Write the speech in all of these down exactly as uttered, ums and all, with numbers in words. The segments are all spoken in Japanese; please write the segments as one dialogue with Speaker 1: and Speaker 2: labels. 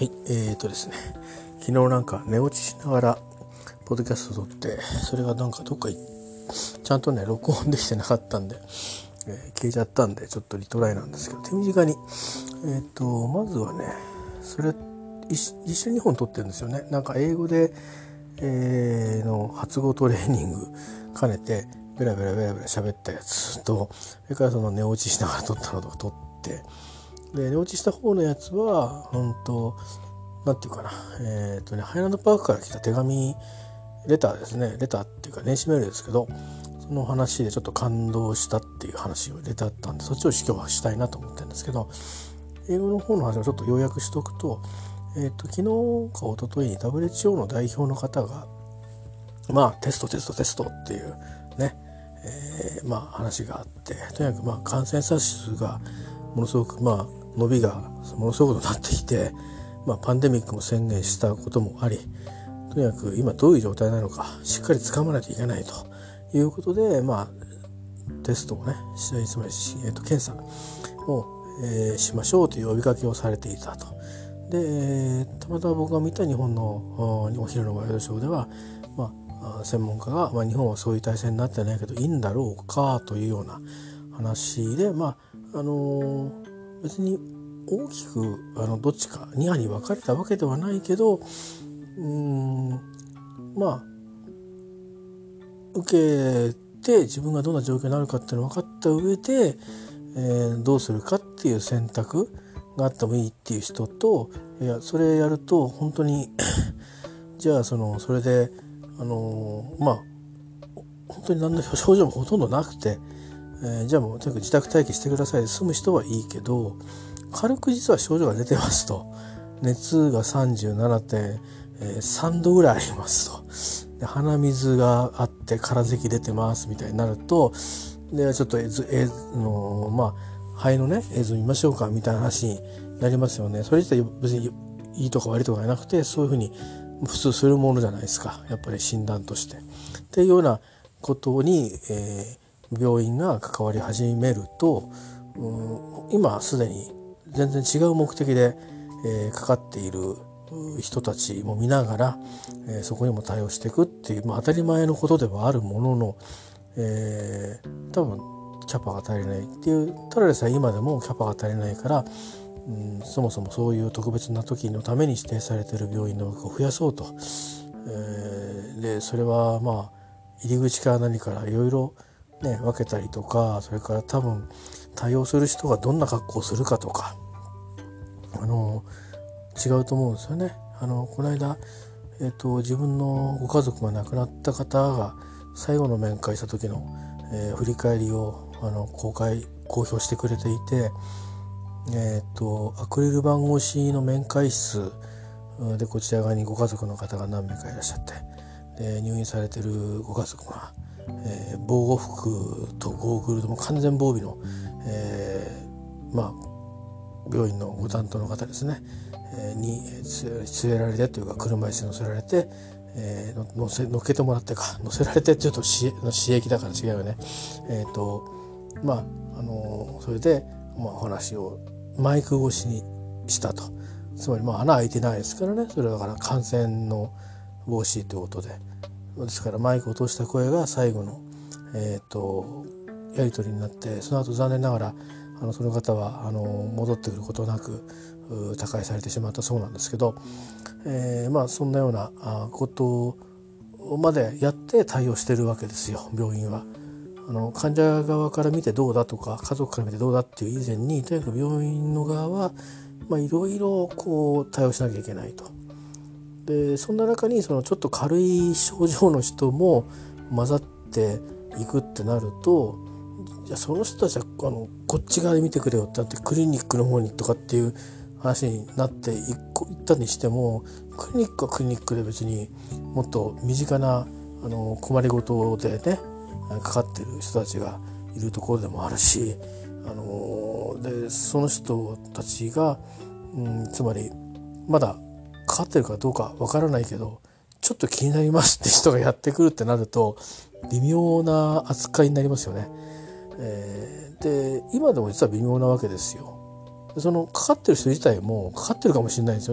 Speaker 1: はい、えーとですね昨日なんか寝落ちしながらポッドキャストを撮って、それがなんかどっかちゃんとね録音できてなかったんで、えー、消えちゃったんでちょっとリトライなんですけど、手短にえーとまずはね、それ一一緒ににほん撮ってるんですよね。なんか英語で、えー、の発語トレーニング兼ねてベラベラベラベラ喋ったやつと、それからその寝落ちしながら撮ったのとか撮って、で寝落ちした方のやつは本当なんていうかな、えっとねハイランドパークから来た手紙レターですね。レターっていうか電子メールですけど、その話でちょっと感動したっていう話をレターあったんで、そっちを今日はしたいなと思ってるんですけど、英語の方の話をちょっと要約しておくと、えっと昨日か一昨日に ダブリューエイチオー の代表の方がまあテストテストテストっていうね、えー、まあ話があって、とにかくまあ感染者数がものすごくまあ伸びがものすごくなってきて、まあ、パンデミックも宣言したこともあり、とにかく今どういう状態なのかしっかりつかまないといけないということで、まあテストをね、つまり、えー、と検査を、えー、しましょうという呼びかけをされていたと。でたまたま僕が見た日本のお昼のワイドショーでは、まあ、専門家が、まあ、日本はそういう体制になってないけどいいんだろうかというような話で、まああのー、別に大きくあのどっちかに派に分かれたわけではないけど、うーんまあ受けて自分がどんな状況になるかっていうのを分かった上で、えー、どうするかっていう選択があってもいいっていう人と、いやそれやると本当にじゃあそのそれであのー、まあ本当に何の症状もほとんどなくて、えー、じゃあもうとにかく自宅待機してくださいで済む人はいいけど、軽く実は症状が出てますと、熱が さんじゅうななてんさん 度ぐらいありますと、で鼻水があって空咳出てますみたいになると、でちょっとえずえのまあ肺のね映像見ましょうかみたいな話になりますよね。それ自体別にいいとか悪いとかじゃなくて、そういうふうに普通するものじゃないですか、やっぱり診断として。っていうようなことに、えー、病院が関わり始めると、うん今すでに全然違う目的で、えー、かかっている人たちも見ながら、えー、そこにも対応していくっていう、まあ、当たり前のことではあるものの、えー、多分キャパが足りないっていう、ただでさえ今でもキャパが足りないから、うん、そもそもそういう特別な時のために指定されている病院の枠を増やそうと、えー、でそれはまあ入り口から何からいろいろね分けたりとか、それから多分対応する人がどんな格好をするかとか、あの違うと思うんですよね。あのこの間、えーと、自分のご家族が亡くなった方が最後の面会した時の、えー、振り返りをあの公開公表してくれていて、えーと、アクリル板越しの面会室でこちら側にご家族の方が何名かいらっしゃって、で入院されてるご家族が、えー、防護服とゴーグルでも完全防備の、えー、まあ病院のご担当の方ですね、えー、に連れられてというか車椅子に乗せられて、えー、乗せ乗っけてもらってか乗せられてっていうと私益だから違うよね。えっとまああのー、それで、まあ、お話をマイク越しにしたと。つまりまあ穴開いてないですからね。それはだから感染の防止ということで、ですからマイクを通した声が最後の、えー、とやり取りになって、その後残念ながらあのその方はあの戻ってくることなく他界されてしまったそうなんですけど、えー、まあそんなようなことまでやって対応してるわけですよ、病院は。あの患者側から見てどうだとか家族から見てどうだっていう以前に、とにかく病院の側はいろいろこう対応しなきゃいけないと。でそんな中にそのちょっと軽い症状の人も混ざっていくってなると、じゃあその人たちはあのこっち側で見てくれよってなってクリニックの方にとかっていう話になっていったにしても、クリニックはクリニックで別にもっと身近なあの困りごとでねかかってる人たちがいるところでもあるし、あのでその人たちが、うん、つまりまだかかってるかどうかわからないけどちょっと気になりますって人がやってくるってなると微妙な扱いになりますよね。えー、で今でも実は微妙なわけですよ。でそのかかってる人自体もかかってるかもしれないんですよね。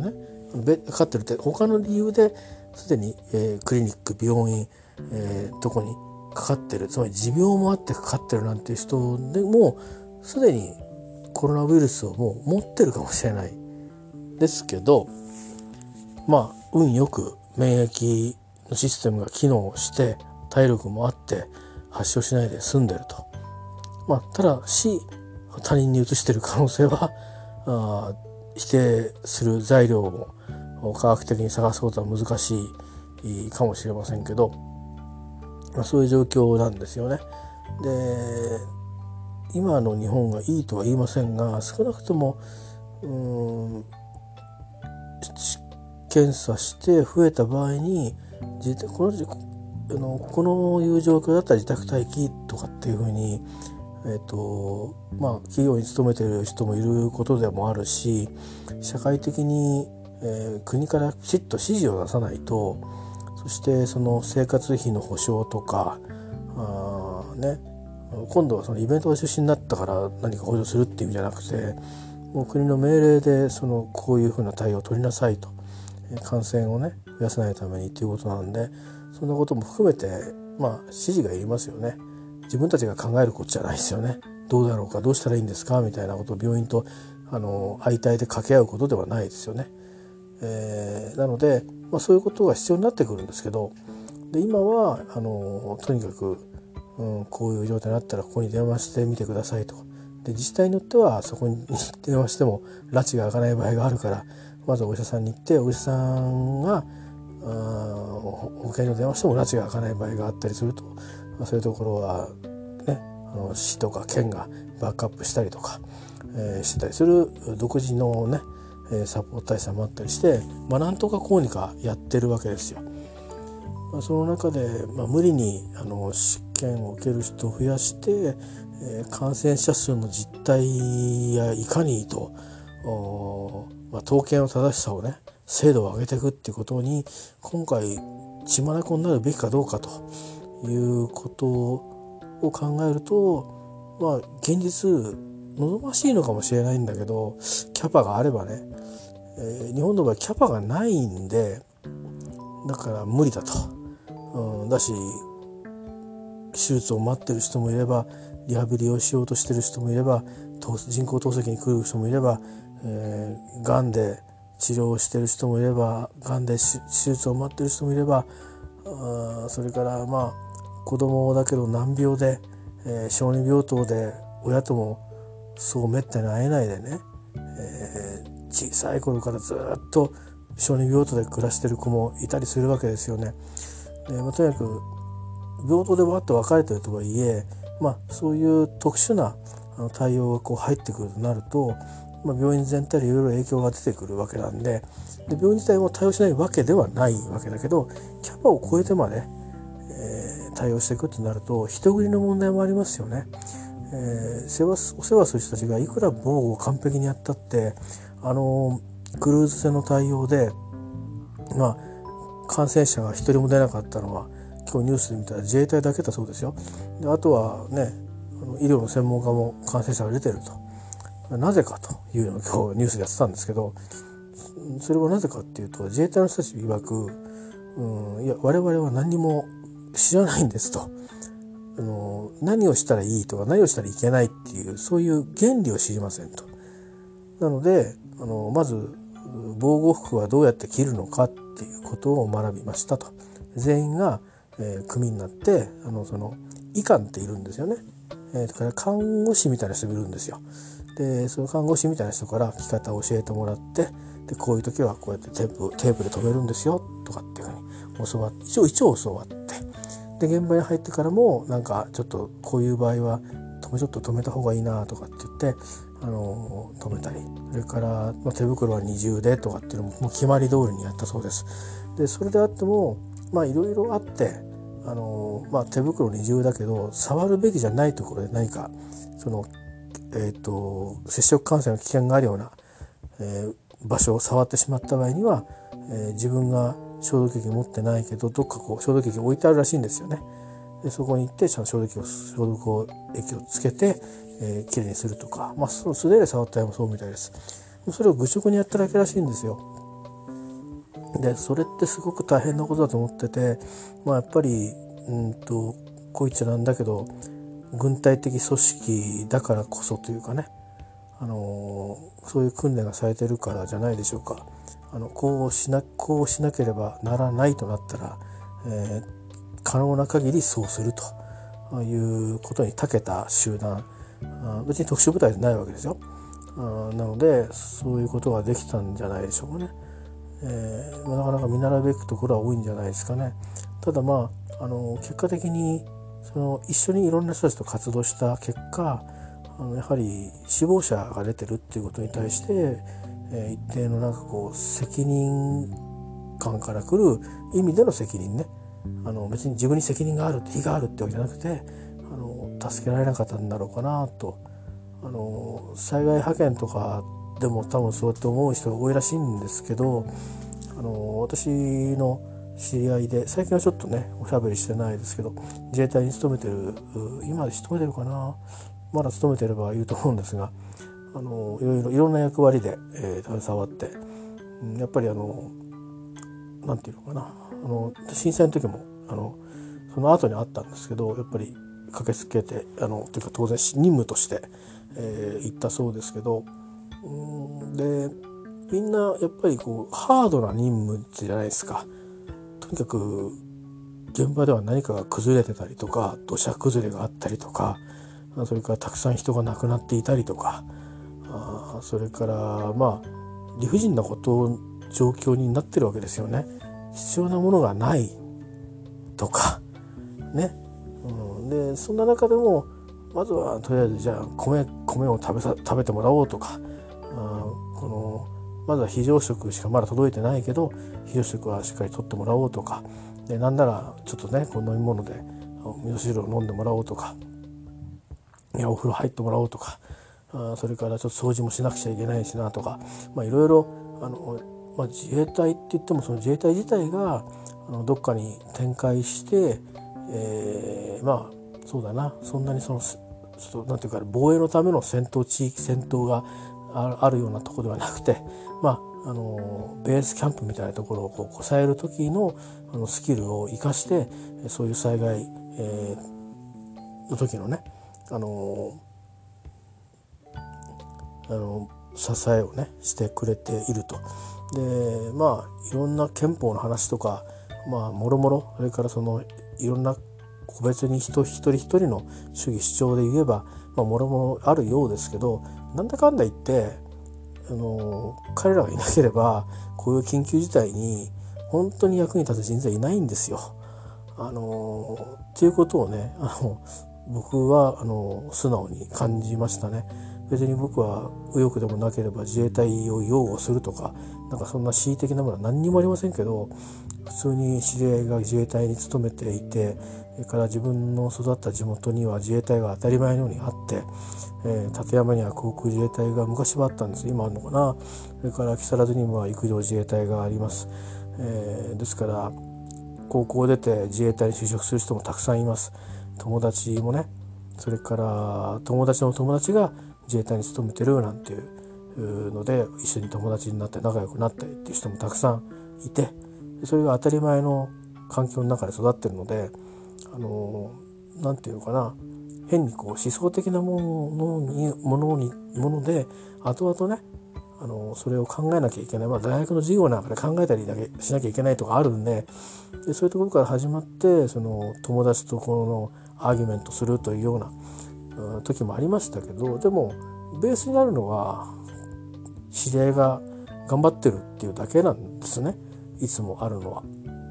Speaker 1: かかってるって他の理由ですでに、えー、クリニック病院、えー、どこにかかってる、つまり持病もあってかかってるなんていう人でもすでにコロナウイルスをもう持ってるかもしれないですけど、まあ運よく免疫のシステムが機能して体力もあって発症しないで済んでると。まあ、ただし他人に移している可能性はあ否定する材料を科学的に探すことは難しいかもしれませんけど、まあ、そういう状況なんですよね。で今の日本がいいとは言いませんが、少なくともうーん検査して増えた場合にこのあのこのいう状況だったら自宅待機とかっていうふうに、えーとまあ、企業に勤めている人もいることでもあるし、社会的に、えー、国からきちっと指示を出さないと、そしてその生活費の保障とかあ、ね、今度はそのイベントが中止になったから何か補助するっていう意味じゃなくて、もう国の命令でそのこういうふうな対応を取りなさいと、感染をね増やさないためにということなんで、そんなことも含めてまあ指示がいりますよね。自分たちが考えることじゃないですよね。どうだろうか、どうしたらいいんですかみたいなことを病院とあの相対で掛け合うことではないですよね。えー、なので、まあ、そういうことが必要になってくるんですけど、で今はあのとにかく、うん、こういう状態になったらここに電話してみてくださいと。で自治体によってはそこに電話しても拉致が開かない場合があるから、まずお医者さんに行ってお医者さんが保健所に電話しても拉致が開かない場合があったりすると、まあ、そういうところはね、あの市とか県がバックアップしたりとか、えー、してたりする独自のねサポート体制もあったりして、まあ、なんとかこうにかやってるわけですよ。まあ、その中で、まあ、無理にあの試験を受ける人を増やして、えー、感染者数の実態やいかにと、まあ、統計の正しさをね精度を上げていくっていうことに今回血眼になるべきかどうかということを考えると、まあ現実望ましいのかもしれないんだけど、キャパがあればね、えー、日本の場合キャパがないんで、だから無理だと、うん、だし手術を待ってる人もいれば、リハビリをしようとしてる人もいれば、人工透析に来る人もいれば、えー、がんで治療をしてる人もいれば、がんで手術を待ってる人もいれば、あそれからまあ子供だけど難病で、えー、小児病棟で親ともそうめったに会えないでね、えー、小さい頃からずっと小児病棟で暮らしてる子もいたりするわけですよね。で、まあ、とにかく病棟でわっと分かれてるとはいえ、まあ、そういう特殊な対応がこう入ってくるとなると、まあ、病院全体でいろいろ影響が出てくるわけなんで、で病院自体も対応しないわけではないわけだけど、キャパを超えてまで、えー、対応していくとなると人繰りの問題もありますよね。えー、世話お世話する人たちがいくら防護を完璧にやったって、あのクルーズ船の対応で、まあ、感染者が一人も出なかったのは今日ニュースで見たら自衛隊だけだそうですよ。であとはね、あの医療の専門家も感染者が出てると。なぜかというのを今日ニュースでやってたんですけど、それはなぜかっていうと、自衛隊の人たち曰く、うん、いや我々は何にも知らないんですと、あの何をしたらいいとか何をしたらいけないっていうそういう原理を知りませんと。なのであのまず防護服はどうやって着るのかっていうことを学びましたと。全員が、えー、組になってあのその医官っているんですよね。えー、だから看護師みたいな人もいるんですよ。でその看護師みたいな人から着方を教えてもらって、でこういう時はこうやってテープテープで留めるんですよとかっていうふうに教わって、一応一応教わって、で現場に入ってからもなんかちょっとこういう場合は止めちょっと止めた方がいいなとかって言って、あの止めたり、それから、まあ、手袋は二重でとかっていうのももう決まり通りにやったそうです。でそれであってもまあいろいろあって、あの、まあ、手袋二重だけど触るべきじゃないところで何かそのえー、と接触感染の危険があるような、えー、場所を触ってしまった場合には、えー、自分が消毒液持ってないけどどっかこう消毒液置いてあるらしいんですよね。でそこに行ってちゃんと消毒液を消毒液をつけて、えー、きれいにするとか、まあ、その素手で触ったりもそうみたいです。それを愚直にやっただけらしいんですよ。 でそれってすごく大変なことだと思ってて、まあ、やっぱりうんとこう言っちゃなんだけど軍隊的組織だからこそというかね、あのそういう訓練がされてるからじゃないでしょうか。あのこうしなこうしなければならないとなったら、えー、可能な限りそうするということに長けた集団、あ別に特殊部隊じゃないわけですよ。あなのでそういうことができたんじゃないでしょうかね。えー、なかなか見習うべきところは多いんじゃないですかね。ただまあ、あの結果的にその一緒にいろんな人たちと活動した結果、あのやはり死亡者が出てるっていうことに対して、えー、一定のなんかこう責任感から来る意味での責任ね、あの別に自分に責任がある非があるってわけじゃなくて、あの助けられなかったんだろうかなと。あの災害派遣とかでも多分そうやって思う人が多いらしいんですけど、あの私の知り合いで最近はちょっとねおしゃべりしてないですけど、自衛隊に勤めてる、今で勤めてるかな、まだ勤めてればいると思うんですが、あのいろいろいろんな役割で、えー、携わって、やっぱりあのなんていうのかな、あの震災の時もあのその後にあったんですけど、やっぱり駆けつけてあのというか当然任務として、えー、行ったそうですけど、うんでみんなやっぱりこうハードな任務じゃないですか。とにかく現場では何かが崩れてたりとか、土砂崩れがあったりとか、それからたくさん人が亡くなっていたりとか、あそれからまあ理不尽なこと状況になってるわけですよね。必要なものがないとかね、うん、でそんな中でもまずはとりあえずじゃあ米米を食べさ食べてもらおうとか、あこのまずは非常食しかまだ届いてないけど非常食はしっかり取ってもらおうとか、でなんならちょっとねこの飲み物で味噌汁を飲んでもらおうとか、いやお風呂入ってもらおうとか、あそれからちょっと掃除もしなくちゃいけないしなとか、まあいろいろあの、まあ、自衛隊って言ってもその自衛隊自体があのどっかに展開して、えー、まあそうだな、そんなにそのちょっとなんていうか防衛のための戦闘地域戦闘があるようなところではなくて、まああのベースキャンプみたいなところをこう抑える時のあのスキルを生かしてそういう災害、えー、の時のねあのあの支えをねしてくれていると。でまあいろんな憲法の話とかまあもろもろ、それからそのいろんな個別に人一人一人の主義主張で言えばまあもろもろあるようですけど、なんだかんだ言ってあの彼らがいなければこういう緊急事態に本当に役に立つ人材いないんですよ。あのっていうことをねあの僕はあの素直に感じましたね。別に僕は右翼でもなければ自衛隊を擁護するとかなんかそんな恣意的なものは何にもありませんけど、普通に知り合いが自衛隊に勤めていて、それから自分の育った地元には自衛隊が当たり前のようにあって、えー、立山には航空自衛隊が昔はあったんです。今あるのかな。それから木更津には陸上自衛隊があります。えー、ですから高校を出て自衛隊に就職する人もたくさんいます。友達もね、それから友達の友達が自衛隊に勤めてるなんていうので一緒に友達になって仲良くなったりっていう人もたくさんいて、それが当たり前の環境の中で育ってるので、あのなんていうのかな、変にこう思想的なものにものにもので後々ねあのそれを考えなきゃいけない、まあ、大学の授業なんかで考えたりだけしなきゃいけないとかあるんで、でそういうところから始まってその友達とこのアーギュメントするというような、うん、時もありましたけど、でもベースになるのは知り合いが頑張ってるっていうだけなんですね、いつもあるのは。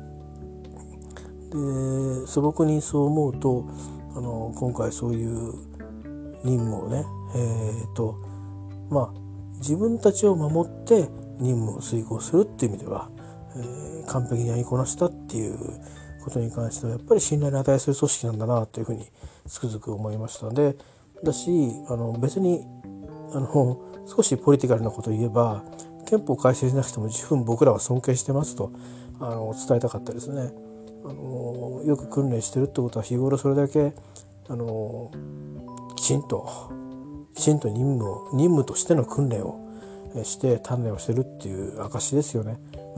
Speaker 1: で素朴にそう思うとあの今回そういう任務をねえっ、ー、とまあ自分たちを守って任務を遂行するっていう意味では、えー、完璧にやりこなしたっていうことに関してはやっぱり信頼に値する組織なんだなというふうにつくづく思いましたので、だしあの別にあの少しポリティカルなことを言えば憲法改正しなくても十分僕らは尊敬してますとあの伝えたかったですね。あのよく訓練してるってことは日頃それだけあのきちんときちんと任務を任務としての訓練をして鍛錬をしてるっていう証ですよね。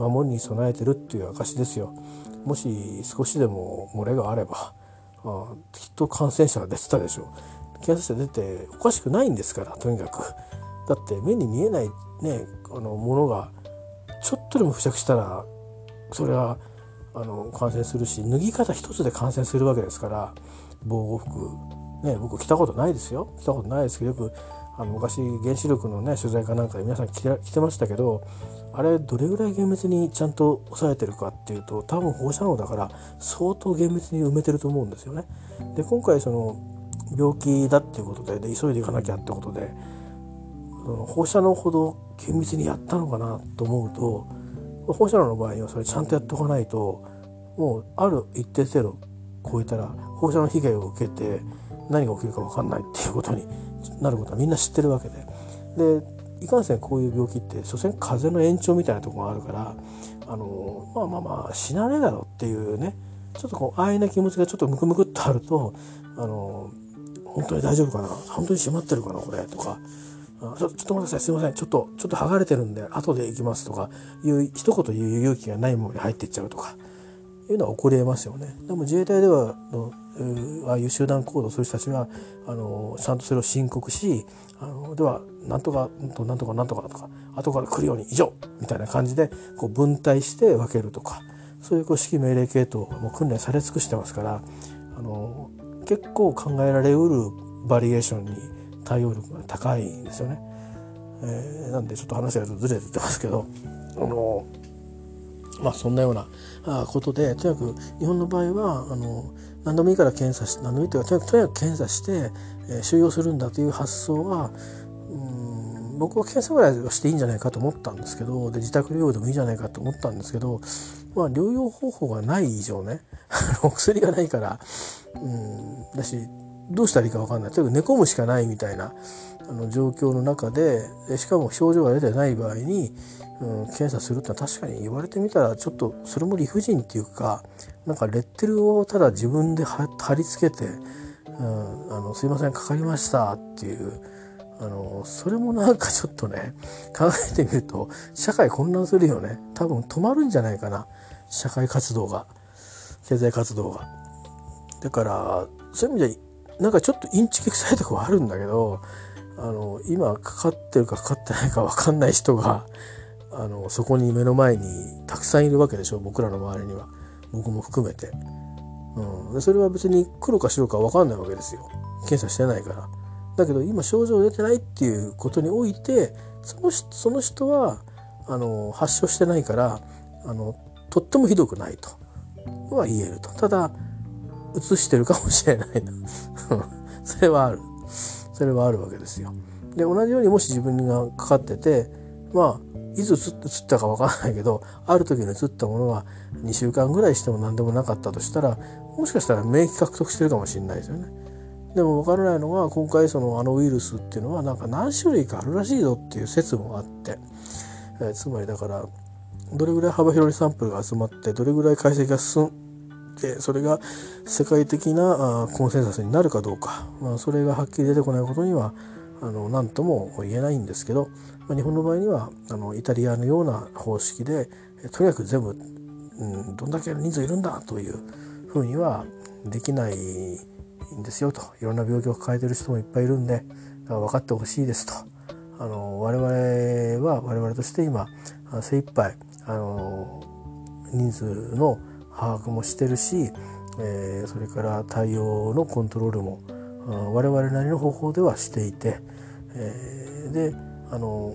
Speaker 1: 守りに備えてるっていう証ですよ。もし少しでも漏れがあればあきっと感染者が出てたでしょう。感染者出ておかしくないんですから。とにかくだって目に見えない、ね、あのものがちょっとでも付着したらそれはあの感染するし、脱ぎ方一つで感染するわけですから。防護服ね、僕着たことないですよ。着たことないですけど、よくあの昔原子力のね取材かなんかで皆さん着て、着てましたけど、あれどれぐらい厳密にちゃんと抑えてるかっていうと、多分放射能だから相当厳密に埋めてると思うんですよね。で今回その病気だっていうことで、で急いでいかなきゃってことでその放射能ほど厳密にやったのかなと思うと、放射能の場合にはそれちゃんとやっておかないと、もうある一定程度超えたら放射能被害を受けて何が起きるか分かんないっていうことになることはみんな知ってるわけで、でいかんせんこういう病気って所詮風邪の延長みたいなところがあるから、あのまあまあまあ死なねえだろうっていうね、ちょっとこう安易な気持ちがちょっとムクムクっとあると、あの本当に大丈夫かな、本当に閉まってるかなこれとか、あちょ、ちょっと待ってください、すいません、ちょっとちょっと剥がれてるんで後で行きますとかいう一言言う勇気がないままに入っていっちゃうとかいうのは起こり得ますよね。でも自衛隊ではのああいう集団行動をする人たちはあのちゃんとそれを申告し、あのではなんとかなんとかなんとかとか後から来るように以上みたいな感じでこう分隊して分けるとか、そういうこう指揮命令系統も訓練され尽くしてますから、あの結構考えられうるバリエーションに対応力が高いんですよね。えー、なんでちょっと話がずれてってますけど、あのまあそんなようなことで、とにかく日本の場合はあの何でもいいから検査し何でもいいというかとにかくとにかく検査して、えー、収容するんだという発想は、うーん僕は検査ぐらいはしていいんじゃないかと思ったんですけど、で自宅療養でもいいんじゃないかと思ったんですけど、まあ療養方法がない以上ね薬がないからうんだし、どうしたらいいか分かんない、とにかく寝込むしかないみたいなあの状況の中で、しかも症状が出てない場合に、うん、検査するってのは確かに言われてみたらちょっとそれも理不尽っていうか、なんかレッテルをただ自分で貼り付けて、うん、あのすいませんかかりましたっていう、あのそれもなんかちょっとね考えてみると社会混乱するよね。多分止まるんじゃないかな、社会活動が、経済活動が。だからそういう意味でなんかちょっとインチキ臭いところはあるんだけど、あの今かかってるかかかってないか分かんない人があのそこに目の前にたくさんいるわけでしょ、僕らの周りには、僕も含めて、うん、でそれは別に黒か白か分かんないわけですよ、検査してないから。だけど今症状出てないっていうことにおいて、その人、その人はあの発症してないからあのとってもひどくないとは言えると。ただうつしてるかもしれないなそれはあるそれはあるわけですよ。で同じようにもし自分がかかってて、まあいつうつったか分からないけど、ある時にうつったものはにしゅうかんぐらいしても何でもなかったとしたら、もしかしたら免疫獲得してるかもしれないですよね。でも分からないのは、今回そのあのウイルスっていうのはなんか何種類かあるらしいぞっていう説もあって、えー、つまりだからどれぐらい幅広いサンプルが集まってどれぐらい解析が進んで、それが世界的なコンセンサスになるかどうか、まあ、それがはっきり出てこないことにはあの何とも言えないんですけど、まあ、日本の場合にはあのイタリアのような方式でとにかく全部、うん、どんだけ人数いるんだというふうにはできないんですよと。いろんな病気を抱えている人もいっぱいいるんで、だから分かってほしいですと。あの我々は我々として今精一杯あの人数の把握もしてるし、えー、それから対応のコントロールも我々なりの方法ではしていて、えー、であの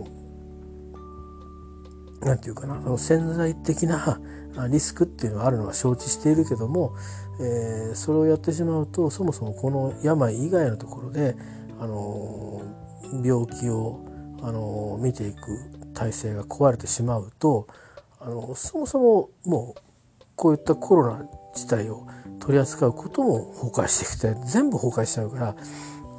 Speaker 1: なんていうかな、その潜在的なリスクっていうのはあるのは承知しているけども、えー、それをやってしまうとそもそもこの病以外のところであの病気をあの見ていく体制が壊れてしまうと、あのそもそももうこういったコロナ自体を取り扱うことも崩壊してきて全部崩壊しちゃうから、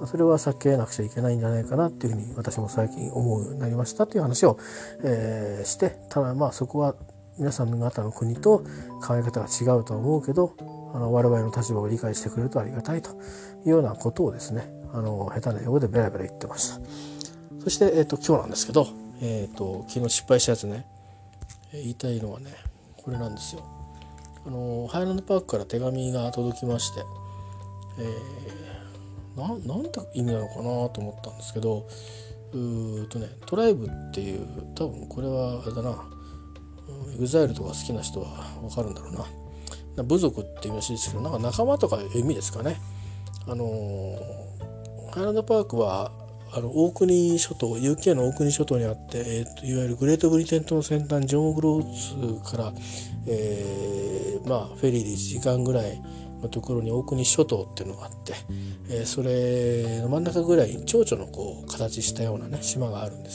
Speaker 1: それは避けなくちゃいけないんじゃないかなっていうふうに私も最近思うようになりましたという話を、えー、して、ただまあそこは皆さん方の国と考え方が違うとは思うけど、あの我々の立場を理解してくれるとありがたいというようなことをですね、あの下手な英語でベラベラ言ってました。そして、えー、と今日なんですけど、えー、と昨日失敗したやつね、 えー、言いたいのはねこれなんですよ。あのハイランドパークから手紙が届きまして、えー、な, なんて意味なのかなと思ったんですけど、うーとねトライブっていう、多分これはあれだな、エグザイルとか好きな人は分かるんだろうな。部族っていうらしいですけど、なんか仲間とかいう意味ですかね。あのー、ハイランドパークはあの大国諸島 ユーケー の大国諸島にあって、えー、といわゆるグレートブリテン島の先端ジョン・グローズから、えー、まあフェリーでいちじかんぐらいのところに大国諸島っていうのがあって、えー、それの真ん中ぐらいに蝶々のこう形したようなね島があるんです。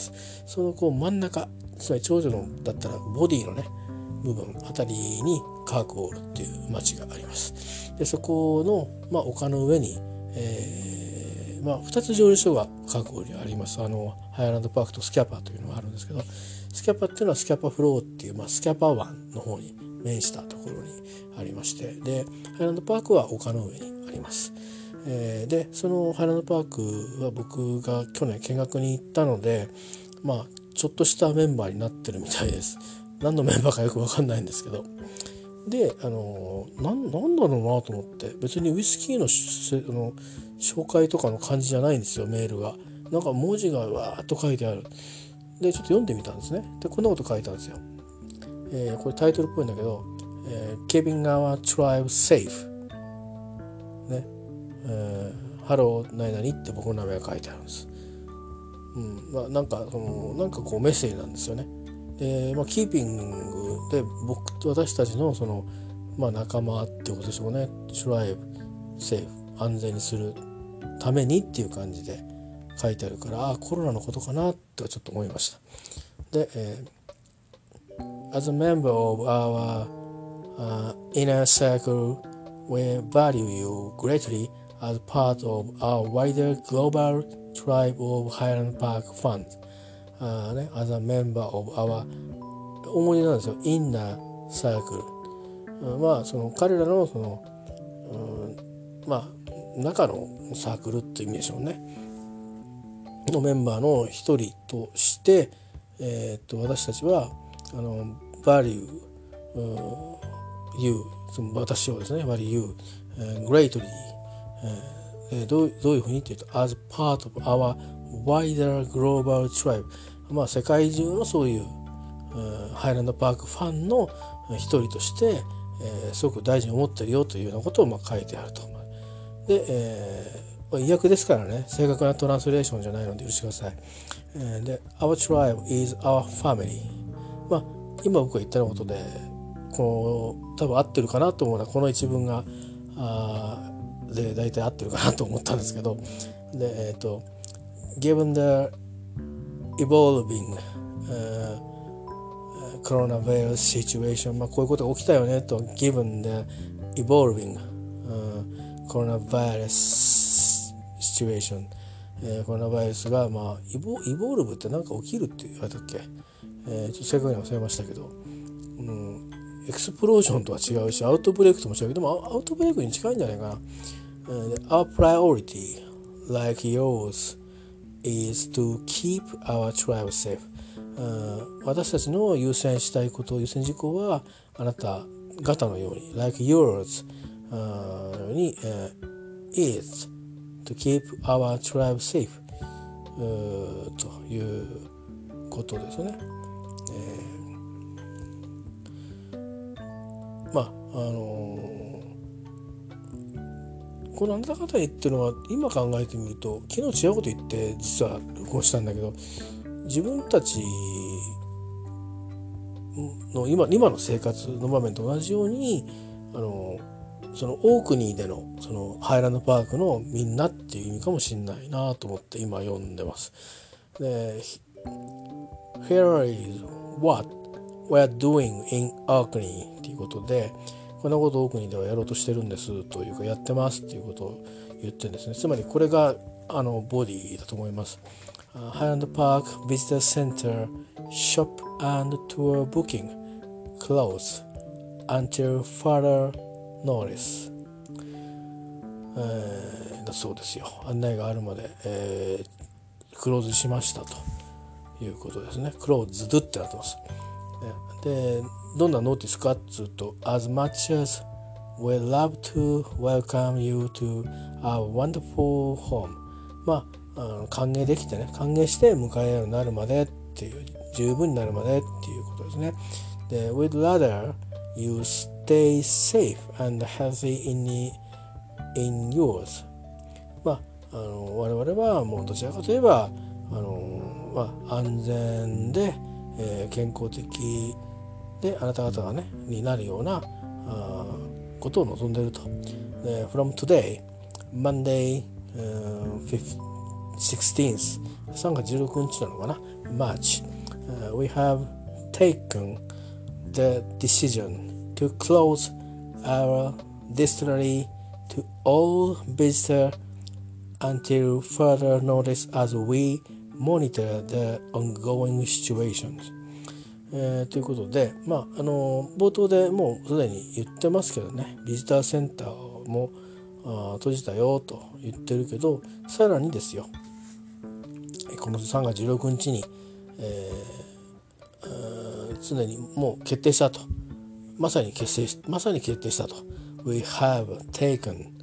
Speaker 1: そのこう真ん中、つまり蝶々のだったらボディのね部分あたりにカークウォールっていう町があります。でそこの、まあ、丘の上に、えーまあ、ふたつ蒸留所がカークウォールにあります。あのハイランドパークとスキャパーというのがあるんですけど、スキャパっていうのはスキャパフローっていう、まあ、スキャパ湾の方に面したところにありまして、でハイランドパークは丘の上にあります。えー、でそのハイランドパークは僕が去年見学に行ったので、まあちょっとしたメンバーになってるみたいです。何のメンバーかよく分かんないんですけど、であのな ん, なんだろうなと思って、別にウイスキー の, あの紹介とかの感じじゃないんですよ。メールがなんか文字がわーっと書いてある。でちょっと読んでみたんですね。でこんなこと書いたんですよ。えー、これタイトルっぽいんだけど、えー、Keeping our tribe safe ね、えー、ハロー何々って僕の名前が書いてあるんです。うんまあ、なんかそのなんかこうメッセージなんですよね。で、まあ、キーピングで僕と私たちのその、まあ、仲間ってことでしょうね。トライブセーフ、安全にするためにっていう感じで書いてあるから、あコロナのことかなってちょっと思いました。で、えー、As a member of our、uh, inner circle, we value you greatly as part of our wider global tribe of Highland Park Fund、uh, ね、as a member of our 大文字なんですよ。inner circle、うん、まあその彼らのその、うん、まあ中のサークルっていう意味でしょうね。のメンバーの一人として、えー、っと私たちはあの value、うん、you その私をですね value you、uh, greatly、えー、どう、どういうふうにっていうと as part of our wider global tribe、まあ世界中のそういう、うん、ハイランドパークファンの一人として、えー、すごく大事に思ってるよというようなことをまあ書いてあると。で、えー意訳ですからね、正確なトランスレーションじゃないので許してください。えー、で Our tribe is our family、まあ今僕が言ったようなことでこう多分合ってるかなと思うのはこの一文があで大体合ってるかなと思ったんですけど、でえっ、ー、と Given the evolving、uh, coronavirus situation、まあこういうことが起きたよねと Given the evolving、uh, coronavirusシチュエーション、えー、コロナウイルスが、まあ、イボ、イボルブって何か起きるって言われたっけ、えー、ちょっと正確に忘れましたけど、うん、エクスプロージョンとは違うしアウトブレイクとも違うけど、でもアウトブレイクに近いんじゃないかな。えー、Our priority, like yours, is to keep our tribe safe、うん、私たちの優先したいこと優先事項はあなた方のように like yours、うん、に、えー、is to keep our tribe safe、ということですね。えー、まああのー、このあなた方にっていうのは今考えてみると昨日違うこと言って実は録音したんだけど、自分たちの 今, 今の生活の場面と同じようにあのーそのオークニーでのそのハイランドパークのみんなっていう意味かもしれないなと思って今読んでます。で Here is what we're doing in Orkney っていうことで、こんなことをオークニーではやろうとしてるんですというかやってますっていうことを言ってるんですね。つまりこれがあのボディだと思います。ハイランドパークビジターセンターショップ&トゥアーブッキング close until furtherノーレス、えー、だそうですよ。案内があるまで、えー、クローズしましたということですね。クローズドってなってます。 でどんなノーティスかっつうと As much as we'd love to welcome you to our wonderful home まあ、あの歓迎できてね歓迎して迎えるようになるまでっていう十分になるまでっていうことですね。で We'd rather you stay safe and healthy in, in yours まあ、あの我々はもうどちらかといえばあの、まあ、安全で、えー、健康的であなた方がねになるようなあことを望んでいると。で From today, Monday、uh, sixteenth さんがつじゅうろくにちなのかな March、uh, we have taken the decision to close our distillery to all visitors until further notice as we monitor the ongoing situations、えー、ということで、まあ、あの冒頭でもうすでに言ってますけどねビジターセンターもあ閉じたよと言ってるけどさらにですよこのさんがつじゅうろくにちに、えー、常にもう決定したとまさに決定しまさに決定したと We have taken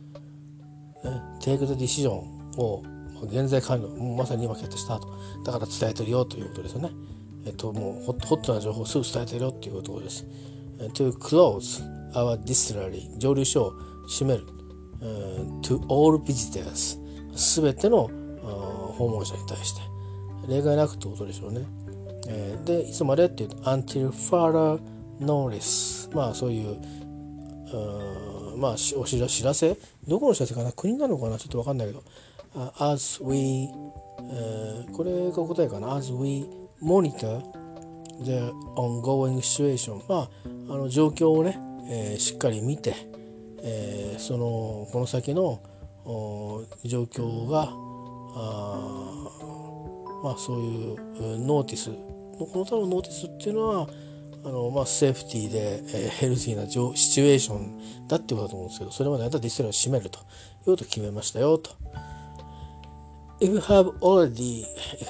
Speaker 1: take the decision を現在完了もうまさに今決定したとだから伝えてるよということですよね。えっともうホットな情報をすぐ伝えてるよということです。To close our distillery 蒸留所を閉める、uh, to all visitors すべての、uh, 訪問者に対して例外なくってことでしょうね。えー、でいつまでっていうと until further notice まあそういう、uh, まあお知ら知らせどこの知らせかな国なのかなちょっと分かんないけど、uh, as we、uh, これが答えかな as we monitor the ongoing situation まああの状況をね、えー、しっかり見て、えー、そのこの先の状況があまあそういうノーティスこの他のノーティスっていうのはあのまあセーフティーで、えー、ヘルシーなシチュエーションだってことだと思うんですけどそれまであなたはディスティラリーを閉めるということを決めましたよと。If you have already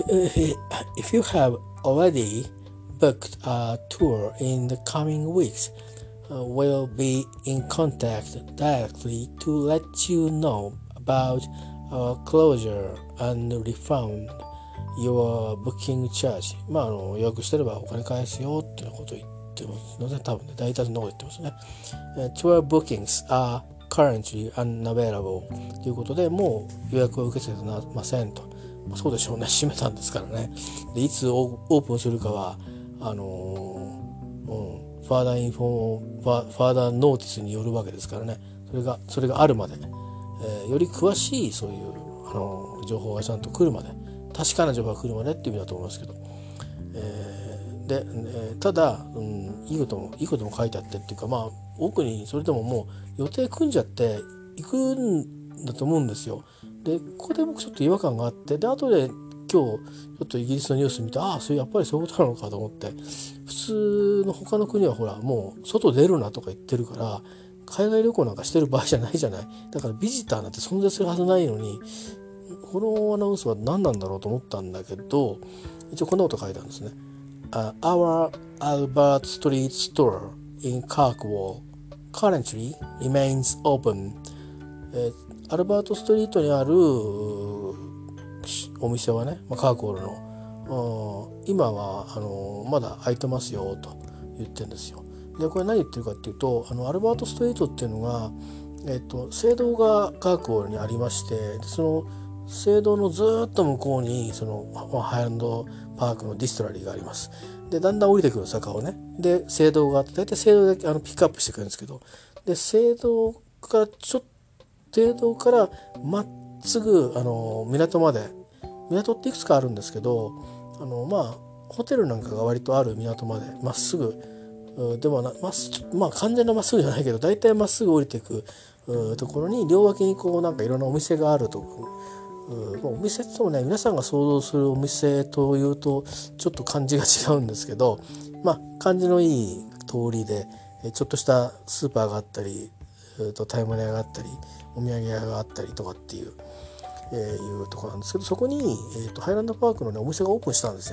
Speaker 1: if you have already booked a tour in the coming weeks, uh, we'll be in contact directly to let you know about our closure and refund your booking charge. まあ、あの予約してればお金返すよっていうことを言ってますので、多分ね、大体のこと言ってますね。Uh, tour bookings are currently unavailable ということで、もう予約を受け付けてませんと。まあ、そうでしょうね。閉めたんですからね。でいつオープンするかは、あのー、うん、ファーダーインフォー、ファーダーノーティスによるわけですからね。それが、それがあるまで、えー、より詳しいそういう、あのー、情報がちゃんと来るまで、確かな情報が来るまでっていう意味だと思いますけど。えー、で、えー、ただ、うん、いいことも、いいことも書いてあってっていうか、まあ、奥にそれでももう予定組んじゃって行くんだと思うんですよ。で、ここで僕ちょっと違和感があって、で、後で今日ちょっとイギリスのニュース見て、ああ、それやっぱりそういうことなのかと思って、普通の他の国はほら、もう外出るなとか言ってるから、海外旅行なんかしてる場合じゃないじゃない。だからビジターなんて存在するはずないのに、このアナウンスは何なんだろうと思ったんだけど、一応こんなこと書いてあるんですね。Uh, Our Albert Street Store in Kirkwall currently remains open、えー、アルバートストリートにあるお店はね、まあ、カークウォールの今はあのまだ開いてますよと言ってるんですよ。でこれ何言ってるかっていうと、あのアルバートストリートっていうのが、えー、と聖堂がカークウォールにありまして、でその聖堂のずっと向こうにそのハイランドパークのディストラリーがあります。でだんだん降りてくる坂をね、で聖堂があって、大体聖堂だけあのピックアップしてくれるんですけど、で聖堂からちょっと聖堂からまっすぐあの港まで、港っていくつかあるんですけど、あのまあホテルなんかが割とある港までまっすぐ、でもなまっまあ完全なまっすぐじゃないけど、大体まっすぐ降りていくところに両脇にこうなんかいろんなお店があると。うん、お店ってもね、皆さんが想像するお店というとちょっと感じが違うんですけど、まあ感じのいい通りでちょっとしたスーパーがあったり、と買い物屋があったり、お土産屋があったりとかっていう、えー、いうところなんですけど、そこに、えー、とハイランドパークの、ね、お店がオープンしたんですよ。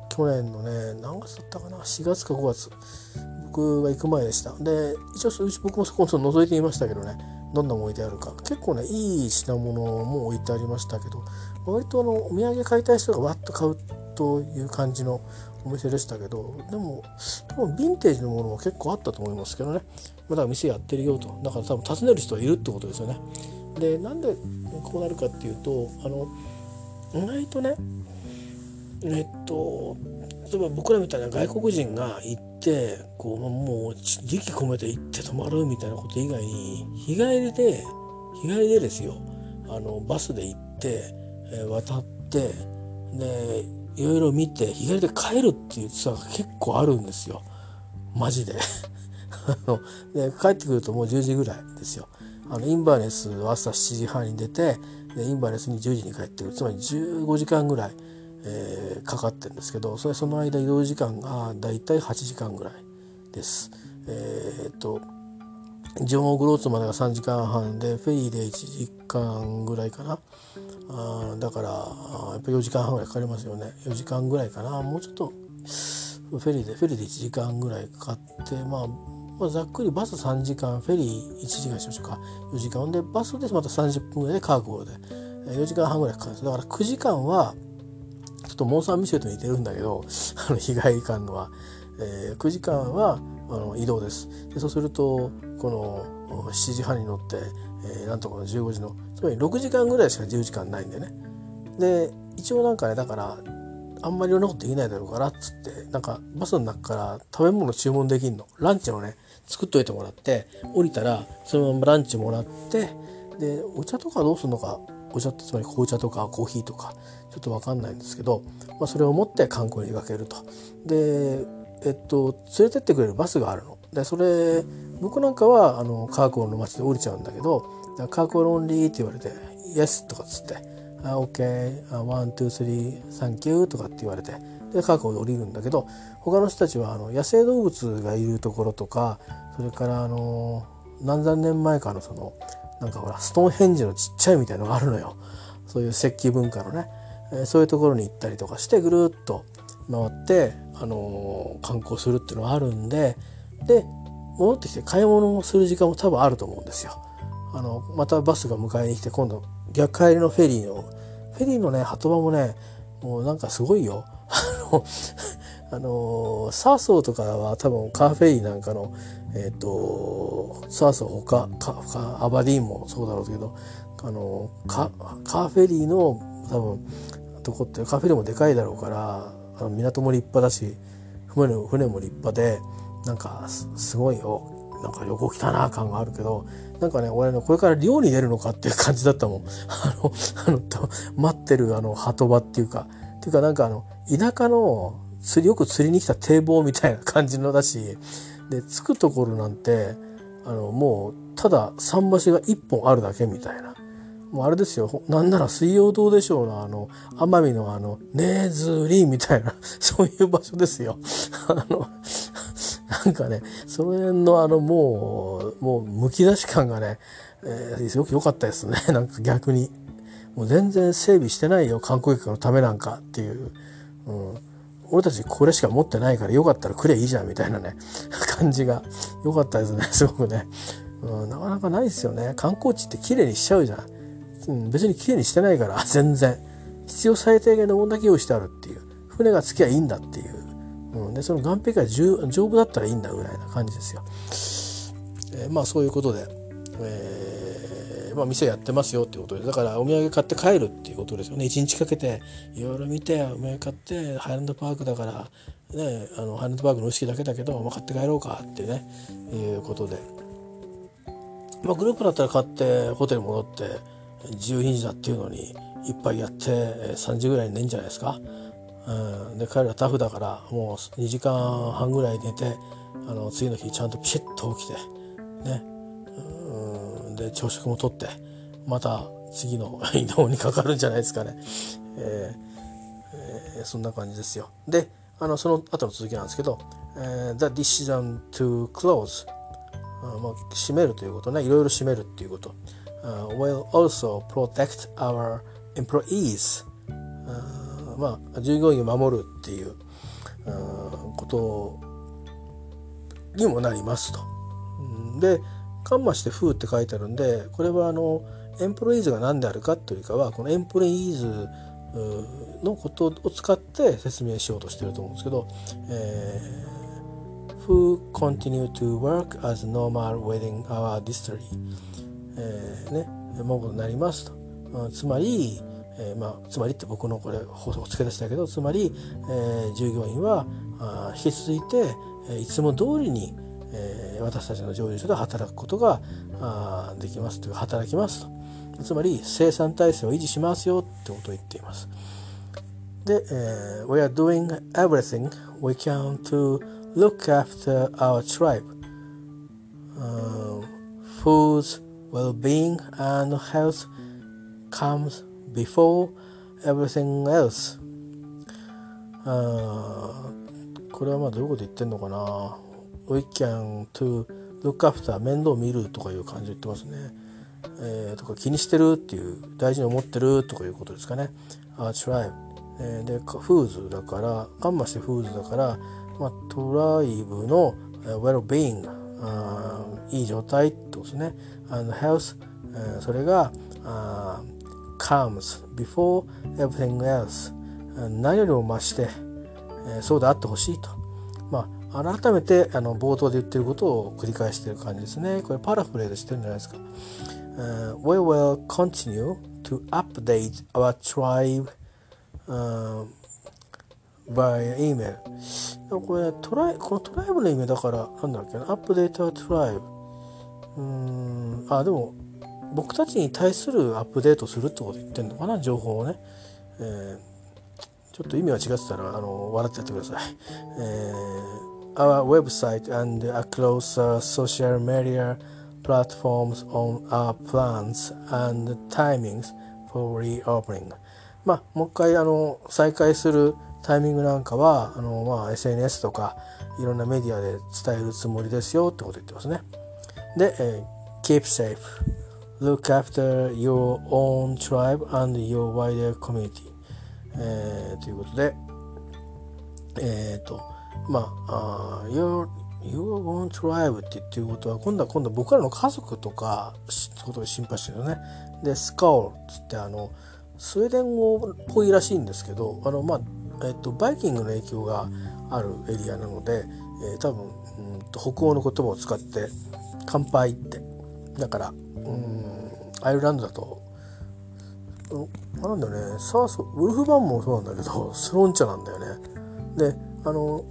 Speaker 1: 去年のね何月だったかな、しがつかごがつ、僕が行く前でした。で一応うち僕もそこを覗いてみましたけどね、どんなも置いてあるか、結構ねいい品物も置いてありましたけど、割とあのお土産買いたい人がわっと買うという感じのお店でしたけど、でも多分ヴィンテージのものも結構あったと思いますけどね。だから店やってるよと、だから多分訪ねる人はいるってことですよね。でなんでこうなるかっていうと、あの意外とねえっと例えば僕らみたいな外国人が行ってこうもう力込めて行って泊まるみたいなこと以外に、日帰りで日帰りでですよ、あのバスで行って、えー、渡ってでいろいろ見て日帰りで帰るっていうツアーが結構あるんですよ、マジでで帰ってくるともうじゅうじぐらいですよ。あのインバーネスは朝しちじはんに出て、でインバーネスにじゅうじに帰ってくる、つまりじゅうごじかんぐらい、えー、かかってるんですけど、それその間移動時間がだいたいはちじかんぐらいです。えー、っとジョン・オグローツまでがさんじかんはんで、フェリーでいちじかんぐらいかな。あだからやっぱりよじかんはんぐらいかかりますよね。よじかんぐらいかな、もうちょっとフェリーでフェリーでいちじかんぐらいかかって、まあまあ、ざっくりバスさんじかん、フェリーいちじかんしましょうか、よじかんで、バスでまたさんじゅっぷんぐらいでカーゴでよじかんはんぐらいかかるんです。だからくじかんはちょっとモン・サン・ミシェルと似てるんだけど、あの日帰り間のは、えー、くじかんはあの移動です。でそうするとこのしちじはんに乗って、えー、なんとかのじゅうごじの、つまりろくじかんぐらいしか自由時間ないんでね。で一応なんかね、だからあんまりいろんなことできないだろうからっつって、なんかバスの中から食べ物注文できんの、ランチのね作っといてもらって、降りたらそのままランチもらって、でお茶とかどうするのか、お茶ってつまり紅茶とかコーヒーとかちょっと分かんないんですけど、まあ、それを持って観光に出かけると。でえっと連れてってくれるバスがあるので、それ僕なんかはあのカーコーの街で降りちゃうんだけど、カーコーロンリーって言われて「イエス」とかっつって「あ OK ワンツースリーサンキュー」とかって言われて、でカーコーで降りるんだけど、他の人たちはあの野生動物がいるところとか、それからあの何千年前かのそのなんかほらストーンヘンジのちっちゃいみたいのがあるのよ、そういう石器文化のね、えー、そういうところに行ったりとかしてぐるっと回って、あのー、観光するっていうのがあるんで、で戻ってきて買い物をする時間も多分あると思うんですよ。あのまたバスが迎えに来て、今度逆帰りのフェリーのフェリーのね波止場もね、もうなんかすごいよ。あのあのサーソーとかは多分カーフェリーなんかのえっ、ー、とサーソーほかかアバディーンもそうだろうけど、あのカカーフェリーの多分とこってカーフェリーもでかいだろうから、あの港も立派だし船も船も立派で、なんか す, すごいよ、なんか横来たな感があるけど、なんかね俺ねこれから漁に出るのかっていう感じだったもん。あのあの待ってるあの波止場っていうかっていうかなんかあの田舎の釣りよく釣りに来た堤防みたいな感じのだし、で着くところなんてあのもうただ桟橋が一本あるだけみたいな、もうあれですよ、なんなら水曜どうでしょうのあの奄美のあのねずりみたいなそういう場所ですよ。あのなんかねその辺のあのもうもうむき出し感がね、えー、すごく良かったですね。なんか逆にもう全然整備してないよ観光客のためなんかっていう、うん、俺たちこれしか持ってないからよかったらくれいいじゃんみたいなね感じが良かったですね、すごくね、うん、なかなかないですよね。観光地って綺麗にしちゃうじゃん、うん、別に綺麗にしてないから全然必要最低限のものだけ用意してあるっていう、船が着きゃいいんだっていう、うん、でその岸壁が丈夫だったらいいんだぐらいな感じですよ。えー、まあそういうことで、えーまあ、店やってますよっていうことで、だからお土産買って帰るっていうことですよね。一日かけていろいろ見てお土産買って、ハイランドパークだからね、あのハイランドパークのウイスキーだけだけど、まあ、買って帰ろうかってねいうことで、まあ、グループだったら買ってホテル戻ってじゅうにじだっていうのに一杯やってさんじぐらいに寝るんじゃないですか。うん、で彼らタフだからもうにじかんはんぐらい寝て、あの次の日ちゃんとピシッと起きてね、うんで朝食もとってまた次の移動にかかるんじゃないですかね。えーえー、そんな感じですよ。であのその後の続きなんですけど、えー、The decision to close、あまあ、閉めるということね、いろいろ閉めるっていうこと、uh, will also protect our employees、uh, まあ従業員を守るっていう、 うんことにもなりますと。でカンマしてフーって書いてあるんで、これはあのエンプロイーズが何であるかというかは、このエンプロイーズのことを使って説明しようとしてると思うんですけど、えー、who continue to work as normal within our district、えー、ね、もうことになりますと、うん、つまり、えーまあ、つまりって僕のこれ放送を付け出したけど、つまり、えー、従業員はあ引き続いて、えー、いつも通りに、えー、私たちの上場所で働くことがあできますというか、働きますと。つまり生産体制を維持しますよってことを言っています。で、えー、We are doing everything we can to look after our tribe、uh, whose well-being and health comes before everything else、uh, これはまあどういうこと言ってんのかな。 We can to look after 面倒見るとかいう感じで言ってますね。えー、とか気にしてるっていう、大事に思ってるとかいうことですかね。Our tribe、えー、でフーズだからカンマしてフーズだから、まあ、トライブの、uh, well-being、uh, いい状態ってことですね。And health、えー、それが、uh, comes before everything else、uh, 何よりも増して、えー、そうであってほしいと。まあ改めてあの冒頭で言ってることを繰り返している感じですね。これパラフレーズしてるんじゃないですか。Uh, we will continue to update our tribe、uh, via email。これトライこのトライブの意味だからなんだっけな、update our tribe。うーんあでも僕たちに対するアップデートするってこと言ってんのかな、情報をね。えー、ちょっと意味は違ってたらあの笑ってやってください。えー、our website and across、uh, social media platforms on our plans and timings for reopening。 まあもう一回あの再開するタイミングなんかはあの、まあ、エスエヌエス とかいろんなメディアで伝えるつもりですよってこと言ってますね。で、えー、keep safe, look after your own tribe and your wider community、えー、ということでえっ、ー、とまあ、uh, your Your own tribe って言ってることは今度は今度は僕らの家族とかことを心配してるよね。で、スカールっつってあのスウェーデン語っぽいらしいんですけど、あのまあえっとバイキングの影響があるエリアなので、えー、多分うんと北欧の言葉を使って乾杯ってだからうんアイルランドだとあなんだよね、サーソウルフバンもそうなんだけどスロンチャなんだよね。であの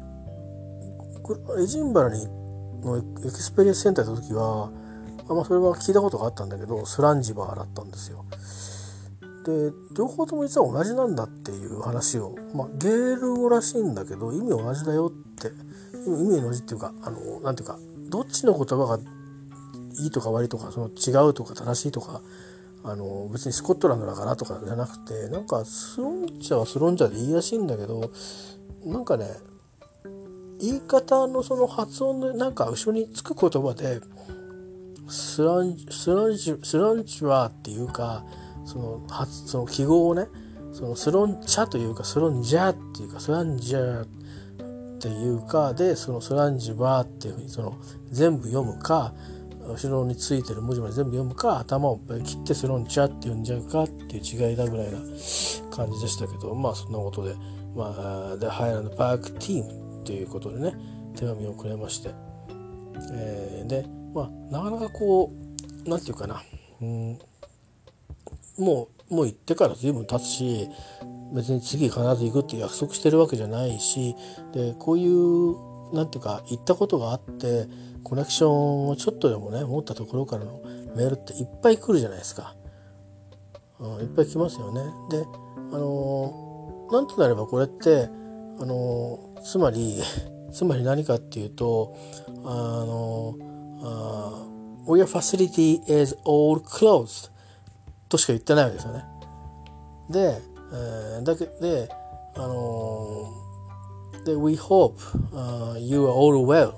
Speaker 1: エジンバラにのエクスペリエンスセンター行った時はあ、まあ、それは聞いたことがあったんだけどスランジバーだったんですよ。で両方とも実は同じなんだっていう話を、まあ、ゲール語らしいんだけど意味同じだよって意味同じっていうかあのなんていうかどっちの言葉がいいとか悪いとかその違うとか正しいとかあの別にスコットランドだからとかじゃなくてなんかスロンチャはスロンチャでいいらしいんだけどなんかね言い方のその発音でなんか後ろにつく言葉でスランスランチスランチワーっていうかその発その記号をねそのスロンチャというかスロンジャーっていうかスランジャーっていうかでそのスランジワーっていうふうにその全部読むか後ろについてる文字まで全部読むか頭を切ってスロンチャって読んじゃうかっていう違いだぐらいな感じでしたけどまあそんなことでまあ The Highland Park Teamということでね手紙をくれまして、えー、でまあなかなかこうなんていうかな、うん、もうもう行ってから随分経つし別に次必ず行くって約束してるわけじゃないしでこういうなんていうか行ったことがあってコネクションをちょっとでもね持ったところからのメールっていっぱい来るじゃないですか、うん、いっぱい来ますよね。であのー、なんとなればこれってあのつまりつまり何かっていうとあのあ Your facility is all closed としか言ってないわけですよね。で、えー、だけであので We hope、uh, you are all well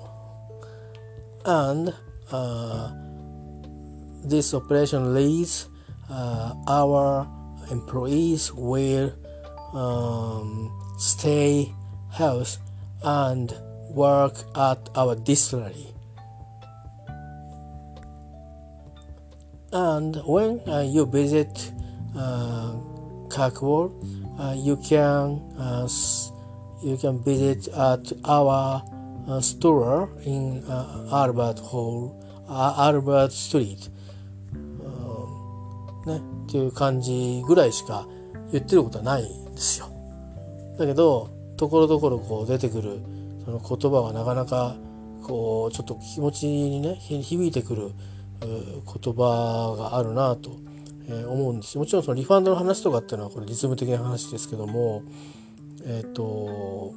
Speaker 1: and、uh, this operation leads、uh, our employees will、um, stay house and work at our distillery. And when uh, you visit uh, Kirkwall, uh, you can uh, you can visit at our uh, store in uh, Albert Hall, uh, Albert Street、uh, ね、っていう感じぐらいしか言ってることはないんですよ。だけどところどころこう出てくるその言葉がなかなかこうちょっと気持ちにね響いてくる言葉があるなと思うんですよ。もちろんそのリファンドの話とかっていうのはこれ実務的な話ですけども、えっと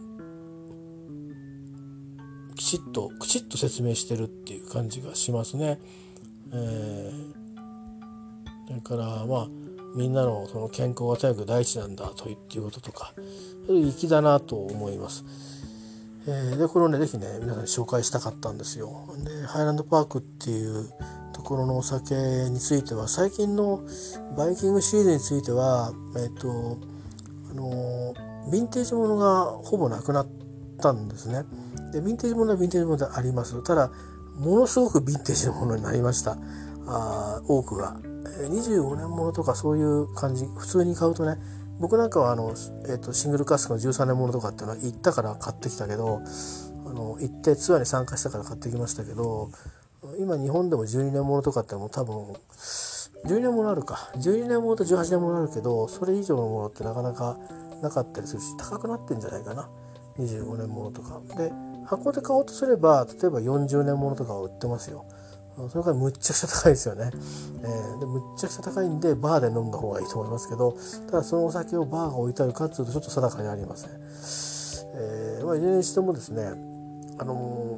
Speaker 1: きちっときちっと説明してるっていう感じがしますね。えー、だからまあみんなのその健康がとにかく第一なんだということとか粋だなと思います。えー、でこれをねぜひね皆さんに紹介したかったんですよ。でハイランドパークっていうところのお酒については最近のバイキングシリーズについては、えーとあのー、ヴィンテージものがほぼなくなったんですね。でヴィンテージものはヴィンテージものであります。ただものすごくヴィンテージのものになりました。あ多くがにじゅうごねんものとかそういう感じ普通に買うとね僕なんかはあの、えーとシングルカスクのじゅうさんねんものとかっていうのは行ったから買ってきたけどあの行ってツアーに参加したから買ってきましたけど今日本でもじゅうにねんものとかってもう多分じゅうにねんものあるかじゅうにねんものとじゅうはちねんものあるけどそれ以上のものってなかなかなかったりするし高くなってんじゃないかなにじゅうごねんものとかで箱で買おうとすれば例えばよんじゅうねんものとかは売ってますよ。それからむっちゃくちゃ高いですよね、えー、でむっちゃくちゃ高いんでバーで飲んだ方がいいと思いますけどただそのお酒をバーが置いてあるかっていうとちょっと定かにありません、えーまあ、いずれにしてもですねあの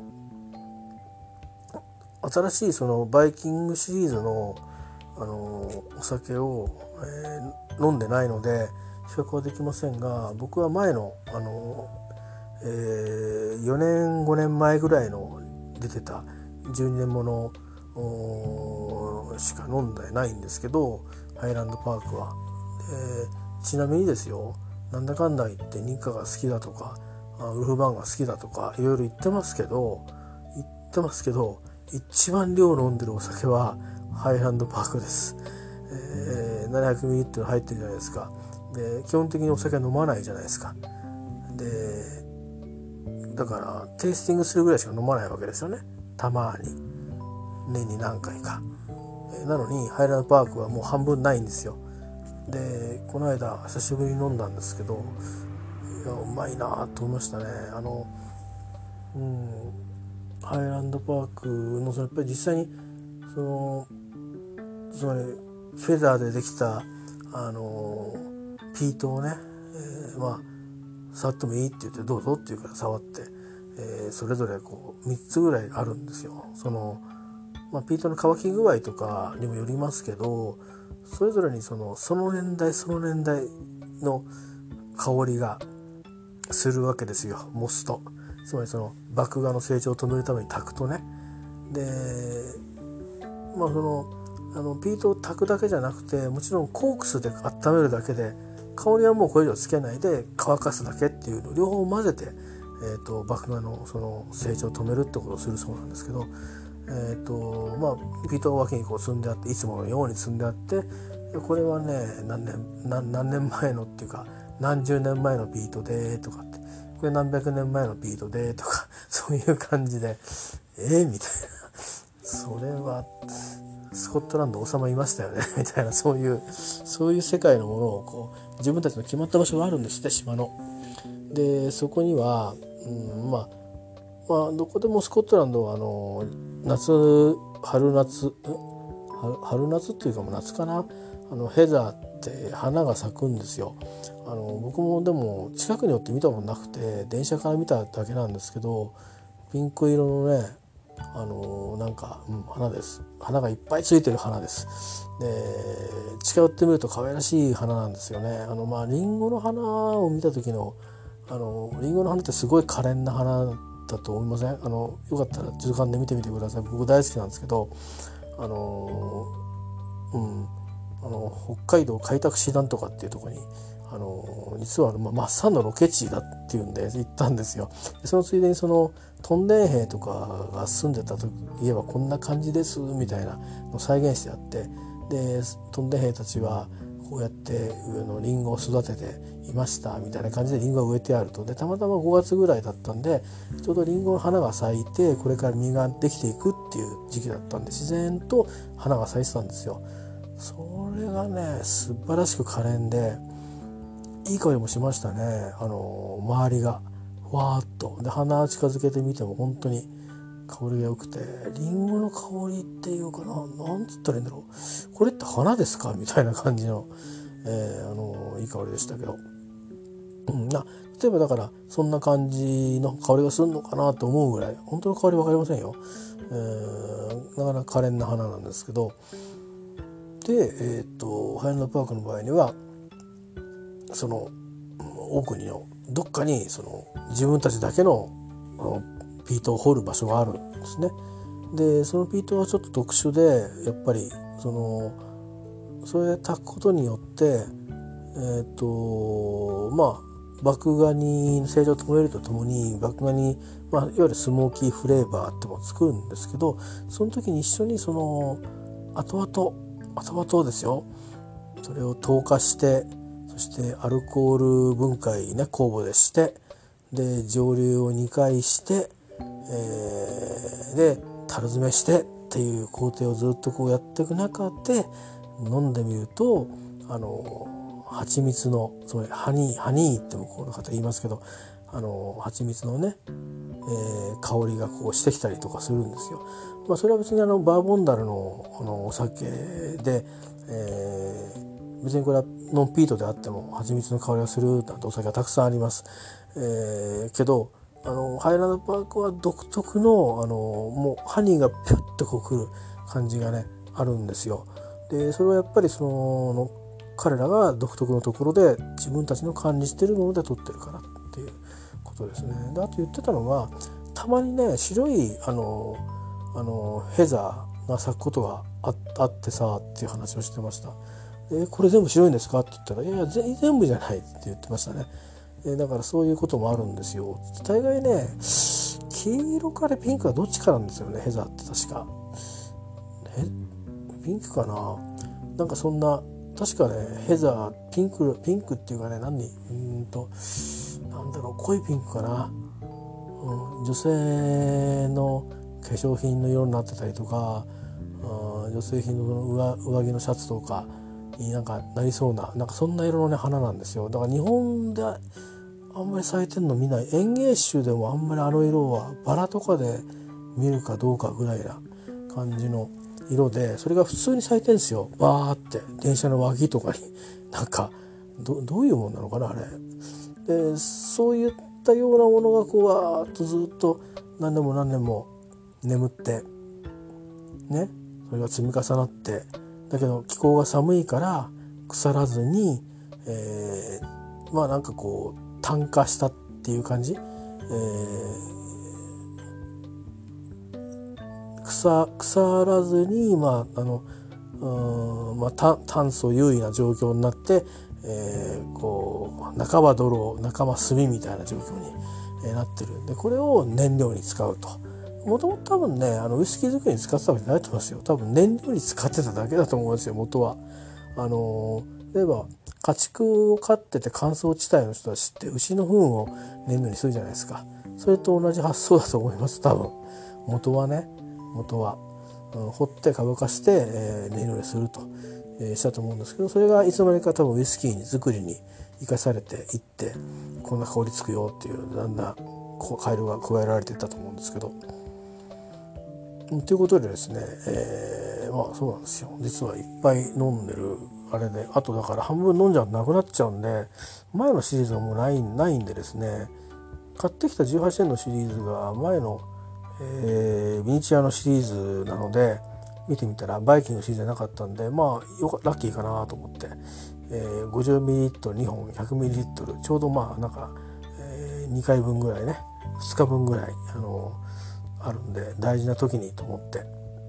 Speaker 1: ー、新しいそのバイキングシリーズの、あのー、お酒を、えー、飲んでないので比較はできませんが僕は前の、あのーえー、よねんごねんまえぐらいの出てたじゅうにねんものしか飲んでないんですけどハイランドパークは、えー、ちなみにですよなんだかんだ言ってニカが好きだとかウルフバーンが好きだとかいろいろ言ってますけど言ってますけど一番量飲んでるお酒はハイランドパークです、えー、ななひゃくミリリットル 入ってるじゃないですか。で基本的にお酒は飲まないじゃないですか。でだからテイスティングするぐらいしか飲まないわけですよね。たまに年に何回か、えー、なのにハイランドパークはもう半分ないんですよ。でこの間久しぶりに飲んだんですけどいやうまいなと思いましたね。あの、うん、ハイランドパークのそのやっぱり実際にそのつまりフェザーでできたあのピートをね、えー、まあ触ってもいいって言ってどうぞって言うから触って、えー、それぞれこうみっつぐらいあるんですよ。その、まあ、ピートの乾き具合とかにもよりますけどそれぞれにそのその年代その年代の香りがするわけですよ。モスとつまりその麦芽の成長を止めるために炊くとねでまあそのあのピートを炊くだけじゃなくてもちろんコークスで温めるだけで香りはもうこれ以上つけないで乾かすだけっていうのを両方混ぜて、えー、と麦芽のその成長を止めるってことをするそうなんですけど、えーとまあ、ピートが脇にこう積んであっていつものように積んであってこれはね何年 何, 何年前のっていうか何十年前のピートでとかってこれ何百年前のピートでとかそういう感じでえー、みたいなそれはスコットランド王様いましたよねみたいなそういうそういう世界のものをこう自分たちの決まった場所があるんですって島の。でそこには、うん、まあまあどこでもスコットランドはあの夏春夏春, 春夏っていうかもう夏かなあのヘザーって花が咲くんですよ。あの僕もでも近くに寄って見たことなくて電車から見ただけなんですけどピンク色のねあのなんか、うん、花です。花がいっぱいついてる花です。で近寄ってみると可愛らしい花なんですよね。あのまあリンゴの花を見た時のあのリンゴの花ってすごい可憐な花だと思いません？あのよかったら図鑑で見てみてください。僕大好きなんですけどあのうんあの北海道開拓師団とかっていうところにあの実は、まあ、マッサンのロケ地だっていうんで行ったんですよ。でそのついでにそのトンデン兵とかが住んでたといえばこんな感じですみたいなのを再現してあって、でトンデン兵たちはこうやって上のリンゴを育てていましたみたいな感じでリンゴが植えてあると。でたまたまごがつぐらいだったんでちょうどリンゴの花が咲いてこれから実ができていくっていう時期だったんで自然と花が咲いてたんですよ。それがね素晴らしく可憐でいい香りもしましたね。あの周りがふわーっとで鼻近づけてみても本当に香りが良くて、リンゴの香りっていうかな、なんつったらいいんだろう、これって花ですかみたいな感じの、えー、あのいい香りでしたけど、うん、な例えばだからそんな感じの香りがするのかなと思うぐらい本当の香り分かりませんよ。えー、なかなか可憐な花なんですけど、でえっ、ー、とハイランドパークの場合にはその奥にのどっかにその自分たちだけのあのピートを掘る場所があるんですね。でそのピートはちょっと特殊でやっぱりそのそれで炊くことによってえっ、ー、とまあ麦芽に成長を止めるとともに麦芽に、まあ、いわゆるスモーキーフレーバーってものを作るんですけど、その時に一緒にその後々後々ですよ、それを糖化してそしてアルコール分解ね酵母でしてで蒸留をにかいしてえー、で樽詰めしてっていう工程をずっとこうやっていく中で飲んでみるとあの蜂蜜のつまりハニーハニーって向こうの方言いますけどあの蜂蜜のね、えー、香りがこうしてきたりとかするんですよ。まあ、それは別にあのバーボンダルの、あのお酒で、えー、別にこれはノンピートであっても蜂蜜の香りがするなんてお酒はたくさんあります。えー、けどあのハイランドパークは独特のあのもうハニーがピュッとこうくる感じがねあるんですよ。でそれはやっぱりその彼らが独特のところで自分たちの管理しているもので取ってるからっていうことですね。であと言ってたのがたまにね白いあのあのヘザーが咲くことが あ, あってさっていう話をしてました。でこれ全部白いんですかって言ったらいやいや全部じゃないって言ってましたね。だからそういうこともあるんですよ。大概ね黄色からピンクはどっちかなんですよねヘザーって確かピンクかな、なんかそんな確かねヘザーピンクピンクっていうかね何うんとなんだろう濃いピンクかな、うん、女性の化粧品の色になってたりとか、うん、女性品の 上, 上着のシャツとかになんかなりそうななんかそんな色のね花なんですよ。だから日本であんまり咲いてるの見ない。園芸種でもあんまりあの色はバラとかで見るかどうかぐらいな感じの色でそれが普通に咲いてるんですよ。バーって電車の脇とかになんか ど, どういうもんなのかなあれで、そういったようなものがこうわーっとずっと何年も何年も眠ってねそれが積み重なってだけど気候が寒いから腐らずに、えー、まあなんかこう炭化したっていう感じ、えー、腐, 腐らずに、まああのうんまあ、炭素優位な状況になって、えー、こう半ば泥半ば炭みたいな状況に、えー、なってるんでこれを燃料に使うと。もともと多分ねあのウイスキー作りに使ってたわけじゃないと思いますよ。多分燃料に使ってただけだと思うんですよ元は。あの例えば家畜を飼ってて乾燥地帯の人たちって牛の糞を燃料にするじゃないですか。それと同じ発想だと思います多分元はね元は、うん、掘って乾かして、えー、燃料にすると、えー、したと思うんですけどそれがいつの間にか多分ウイスキーに作りに生かされていってこんな香りつくよっていうだんだん改良が加えられていったと思うんですけどということでですね、えー、まあそうなんですよ実はいっぱい飲んでるあれであとだから半分飲んじゃなくなっちゃうんで前のシリーズはもうないないんでですね買ってきたじゅうはちねんのシリーズが前の、えー、ミニチュアのシリーズなので見てみたらバイキングシリーズじゃなかったんでまあよかラッキーかなと思って、えー、ごじゅうミリリットルにほん ひゃくミリリットルちょうどまあなんか、えー、にかいぶんぐらいねふつかぶんぐらいあのあるんで大事な時にと思って、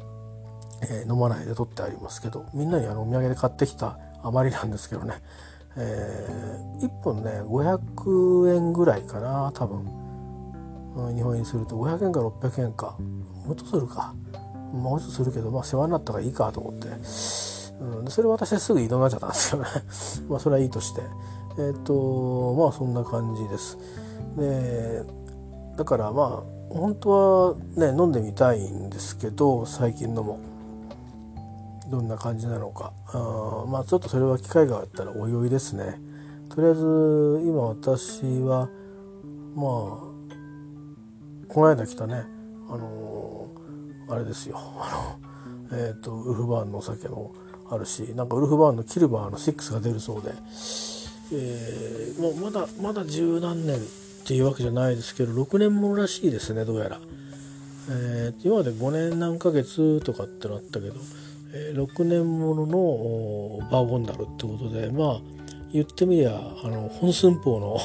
Speaker 1: えー、飲まないで取ってありますけどみんなにあのお土産で買ってきた余りなんですけどね、 えー、いっぽんねごひゃくえんぐらいかな多分、うん、日本円にするとごひゃくえんかろっぴゃくえんかもっとするかもうちょっとするけど、まあ世話になったからいいかと思って、うん、でそれ私はすぐ移動になっちゃったんですよねまあそれはいいとしてえっとまあそんな感じです。でだからまあ本当はね飲んでみたいんですけど最近のもどんな感じなのかあまあちょっとそれは機会があったらおいおいですね。とりあえず今私はまあこの間来たねあのー、あれですよあのえっとウルフバーンのお酒もあるしなんかウルフバーンのキルバーのろくが出るそうで、えー、もうまだまだ十何年っていうわけじゃないですけどろくねんものらしいですねどうやら、えー、今までごねん何ヶ月とかってなったけど、えー、ろくねんもののバーボンダルってことでまあ言ってみりゃあの本寸法の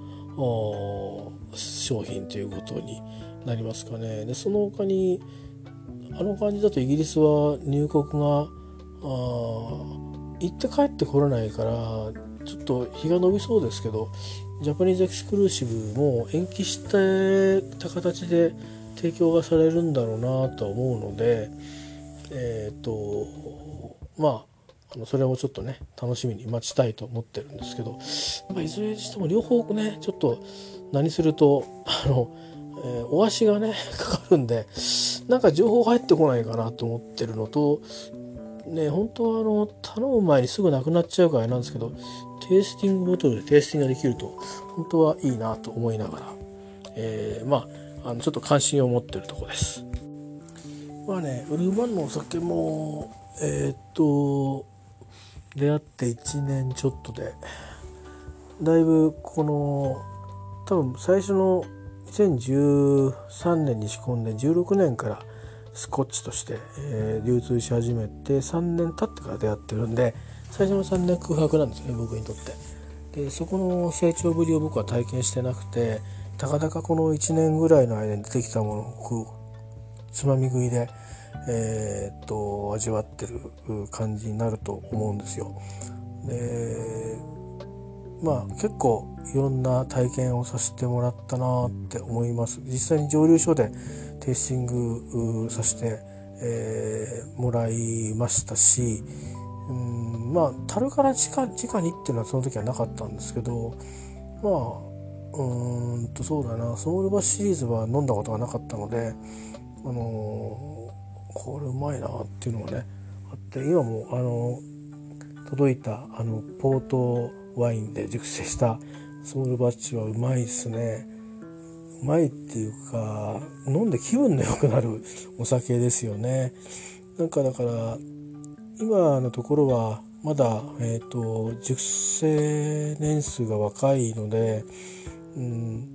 Speaker 1: 商品ということになりますかね。でその他にあの感じだとイギリスは入国が行って帰ってこれないからちょっと日が伸びそうですけどジャパニーズエクスクルーシブも延期してた形で提供がされるんだろうなと思うのでえっとまああのそれもちょっとね楽しみに待ちたいと思ってるんですけど、まあ、いずれにしても両方ねちょっと何するとあの、えー、お足がねかかるんでなんか情報入ってこないかなと思ってるのとね本当はあの頼む前にすぐなくなっちゃうからなんですけどテイスティングボトルでテイスティングができると本当はいいなと思いながら、えー、まああのちょっと関心を持ってるところです。まあねウルフバンのお酒もえー、っと出会っていちねんちょっとでだいぶこの多分最初のにせんじゅうさんねんに仕込んでじゅうろくねんからスコッチとして、えー、流通し始めてさんねん経ってから出会ってるんで最初のさんねん空白なんですよね僕にとって。でそこの成長ぶりを僕は体験してなくてたかだかこのいちねんぐらいの間に出てきたものをつまみ食いで、えー、っと味わってる感じになると思うんですよ。でまあ結構いろんな体験をさせてもらったなって思います。実際に蒸留所でテイスティングさせて、えー、もらいましたしうんまあ樽から直直にっていうのはその時はなかったんですけどまあうーんとそうだなソウルバシリーズは飲んだことがなかったのであのー、これうまいなっていうのがねあって今もあの届いたあのポートワインで熟成したソウルバッチはうまいですね。うまいっていうか飲んで気分の良くなるお酒ですよね。なんかだから今のところはまだ、えーと、熟成年数が若いので、うん、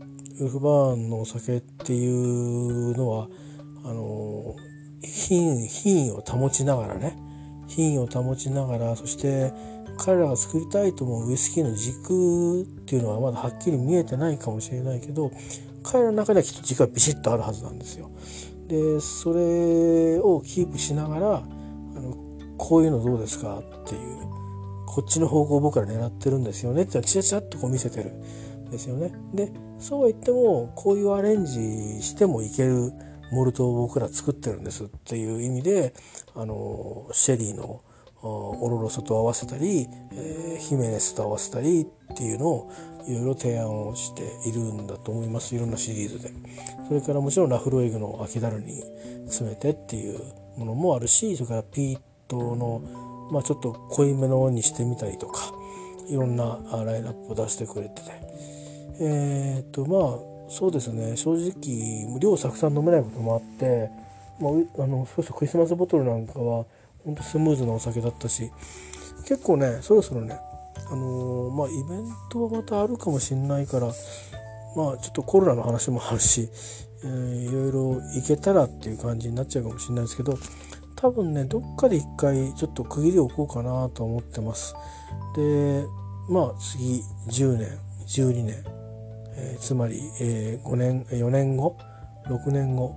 Speaker 1: ウルフバーンのお酒っていうのはあの品品を保ちながらね品を保ちながらそして彼らが作りたいと思うウイスキーの軸っていうのはまだはっきり見えてないかもしれないけど彼らの中ではきっと軸がビシッとあるはずなんですよ。でそれをキープしながらあのこういうのどうですかっていうこっちの方向を僕ら狙ってるんですよねってチラチラっとこう見せてるんですよね。でそうは言ってもこういうアレンジしてもいけるモルトを僕ら作ってるんですっていう意味であのシェリーのオロロソと合わせたり、えー、ヒメネスと合わせたりっていうのをいろいろ提案をしているんだと思います。いろんなシリーズでそれからもちろんラフロイグの秋ダルに詰めてっていうものもあるしそれからピートの、まあ、ちょっと濃いめのにしてみたりとかいろんなラインナップを出してくれててえー、っとまあそうですね正直量たくさん飲めないこともあって、まあ、あのそうそうクリスマスボトルなんかはほんとスムーズなお酒だったし結構ねそろそろねあのー、まあイベントはまたあるかもしれないからまあちょっとコロナの話もあるし、えー、いろいろ行けたらっていう感じになっちゃうかもしれないですけど多分ねどっかで一回ちょっと区切りを置こうかなと思ってます。でまあ次じゅうねんじゅうにねん、えー、つまり、えー、ごねんよねんごろくねんご、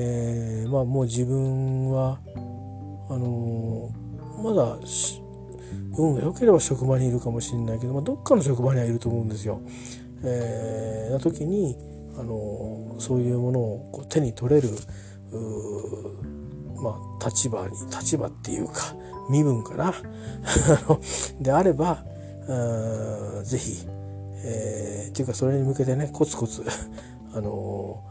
Speaker 1: えー、まあもう自分はあのー、まだ運が良ければ職場にいるかもしれないけど、まあ、どっかの職場にはいると思うんですよ。えー、な時にあのそういうものをこう手に取れるまあ、立場に立場っていうか身分かなであればぜひ、えー、っていうかそれに向けてねコツコツあの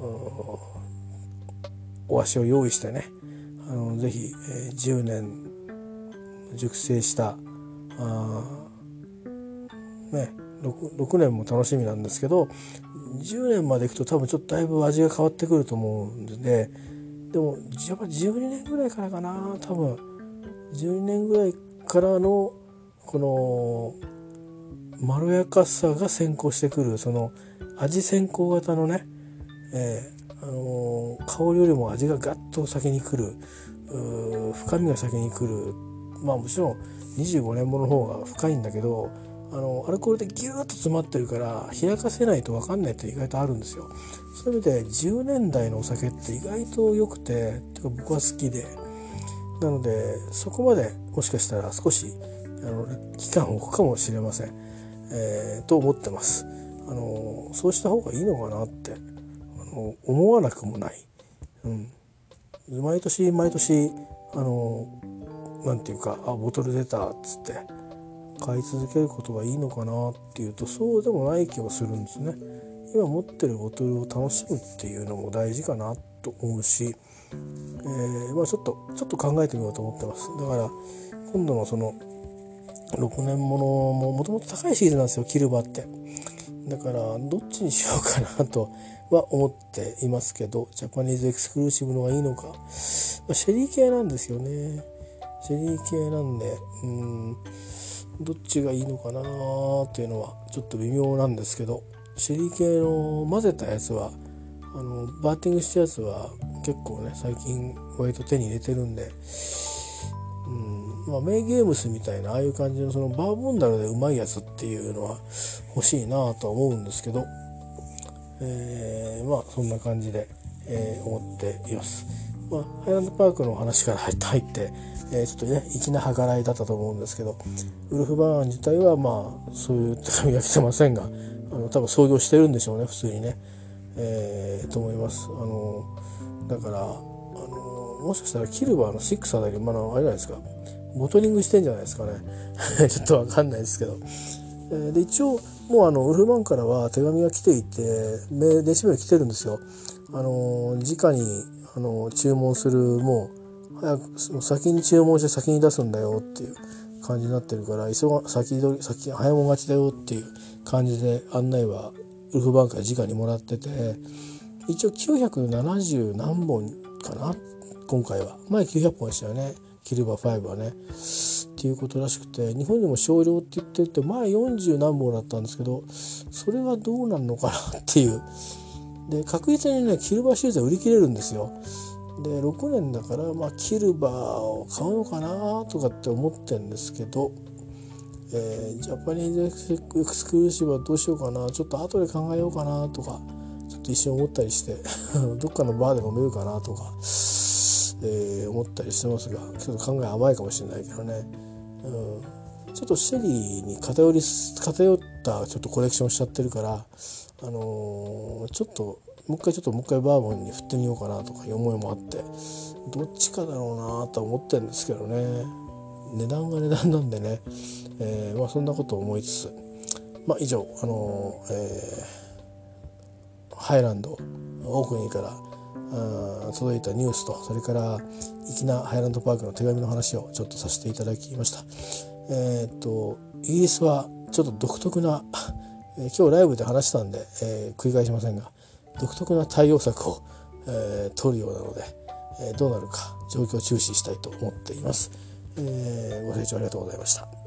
Speaker 1: お足を用意してねあのぜひ、えー、じゅうねん熟成したあ、ね、6, ろくねんも楽しみなんですけどじゅうねんまでいくと多分ちょっとだいぶ味が変わってくると思うんで、でもやっぱじゅうにねんぐらいからかな、多分じゅうにねんぐらいからのこのまろやかさが先行してくる、その味先行型のね、えーあのー、香りよりも味がガッと先に来る、深みが先に来る。まあもちろんにじゅうごねんもの方が深いんだけど、あのアルコールでギューッと詰まってるから開かせないと分かんないって意外とあるんですよ。そういう意味でじゅうねんだいのお酒って意外と良くて、てか僕は好きで、なのでそこまでもしかしたら少しあの期間を置くかもしれません、えー、と思ってます。あのそうした方がいいのかなってあの思わなくもない、うん、毎年毎年あのなんていうかあボトル出たっつって買い続けることがいいのかなっていうとそうでもない気がするんですね。今持ってるボトルを楽しむっていうのも大事かなと思うし、えーまあ、ちょっとちょっと考えてみようと思ってます。だから今度のそのろくねんものももともと高いシーズンなんですよ、キルバって。だからどっちにしようかなとは思っていますけど、ジャパニーズエクスクルーシブのがいいのか、まあ、シェリー系なんですよね。シェリー系なんでうーんどっちがいいのかなっていうのはちょっと微妙なんですけど、シェリー系の混ぜたやつはあのバーティングしたやつは結構ね最近割と手に入れてるんで、うんまあ、メイゲームスみたいなああいう感じのそのバーボンダルでうまいやつっていうのは欲しいなとは思うんですけど、えー、まあそんな感じで、えー、思っています。まあ、ハイランドパークの話から入って、えー、ちょっとね粋な計らいだったと思うんですけど、ウルフバーン自体はまあそういう手紙は来てませんが、あの多分創業してるんでしょうね、普通にね、えー、と思います。あのだからあのもしかしたらキルバーのシックスあたり、まあ、あれじゃないですか、ボトリングしてんじゃないですかねちょっとわかんないですけど、えー、で一応もうあのウルフバーンからは手紙が来ていて電子メール来てるんですよ。あの直にあの注文する、もう早く先に注文して先に出すんだよっていう感じになってるから、急が先取り先早もん勝ちだよっていう感じで案内はウルフバーンから直にもらってて、一応きゅうひゃくななじゅうなんぼんかな今回は。前きゅうひゃっぽんでしたよね、キルバーごはねっていうことらしくて、日本にも少量って言ってて前よんじゅうなんぼんだったんですけど、それはどうなるのかなっていう。で確実にねキルバーシリーズは売り切れるんですよ。でろくねんだから、まあ、キルバーを買うのかなとかって思ってるんですけど、えー、ジャパニーズエクスクルーシブはどうしようかな、ちょっと後で考えようかなとかちょっと一瞬思ったりしてどっかのバーで飲めるかなとか、えー、思ったりしてますが、ちょっと考え甘いかもしれないけどね、うん、ちょっとシェリーに偏り偏ったちょっとコレクションしちゃってるから、あのー、ちょっともう一回ちょっともう一回バーボンに振ってみようかなとかいう思いもあって、どっちかだろうなとは思ってるんですけどね、値段が値段なんでね、えー、まあそんなことを思いつつ、まあ以上あのーえー、ハイランドオークニーから届いたニュースと、それから粋なハイランドパークの手紙の話をちょっとさせていただきました。えー、っとイギリスはちょっと独特な今日ライブで話したんで、えー、繰り返しませんが、独特な対応策を、えー、取るようなので、えー、どうなるか状況を注視したいと思っています。えー、ご清聴ありがとうございました。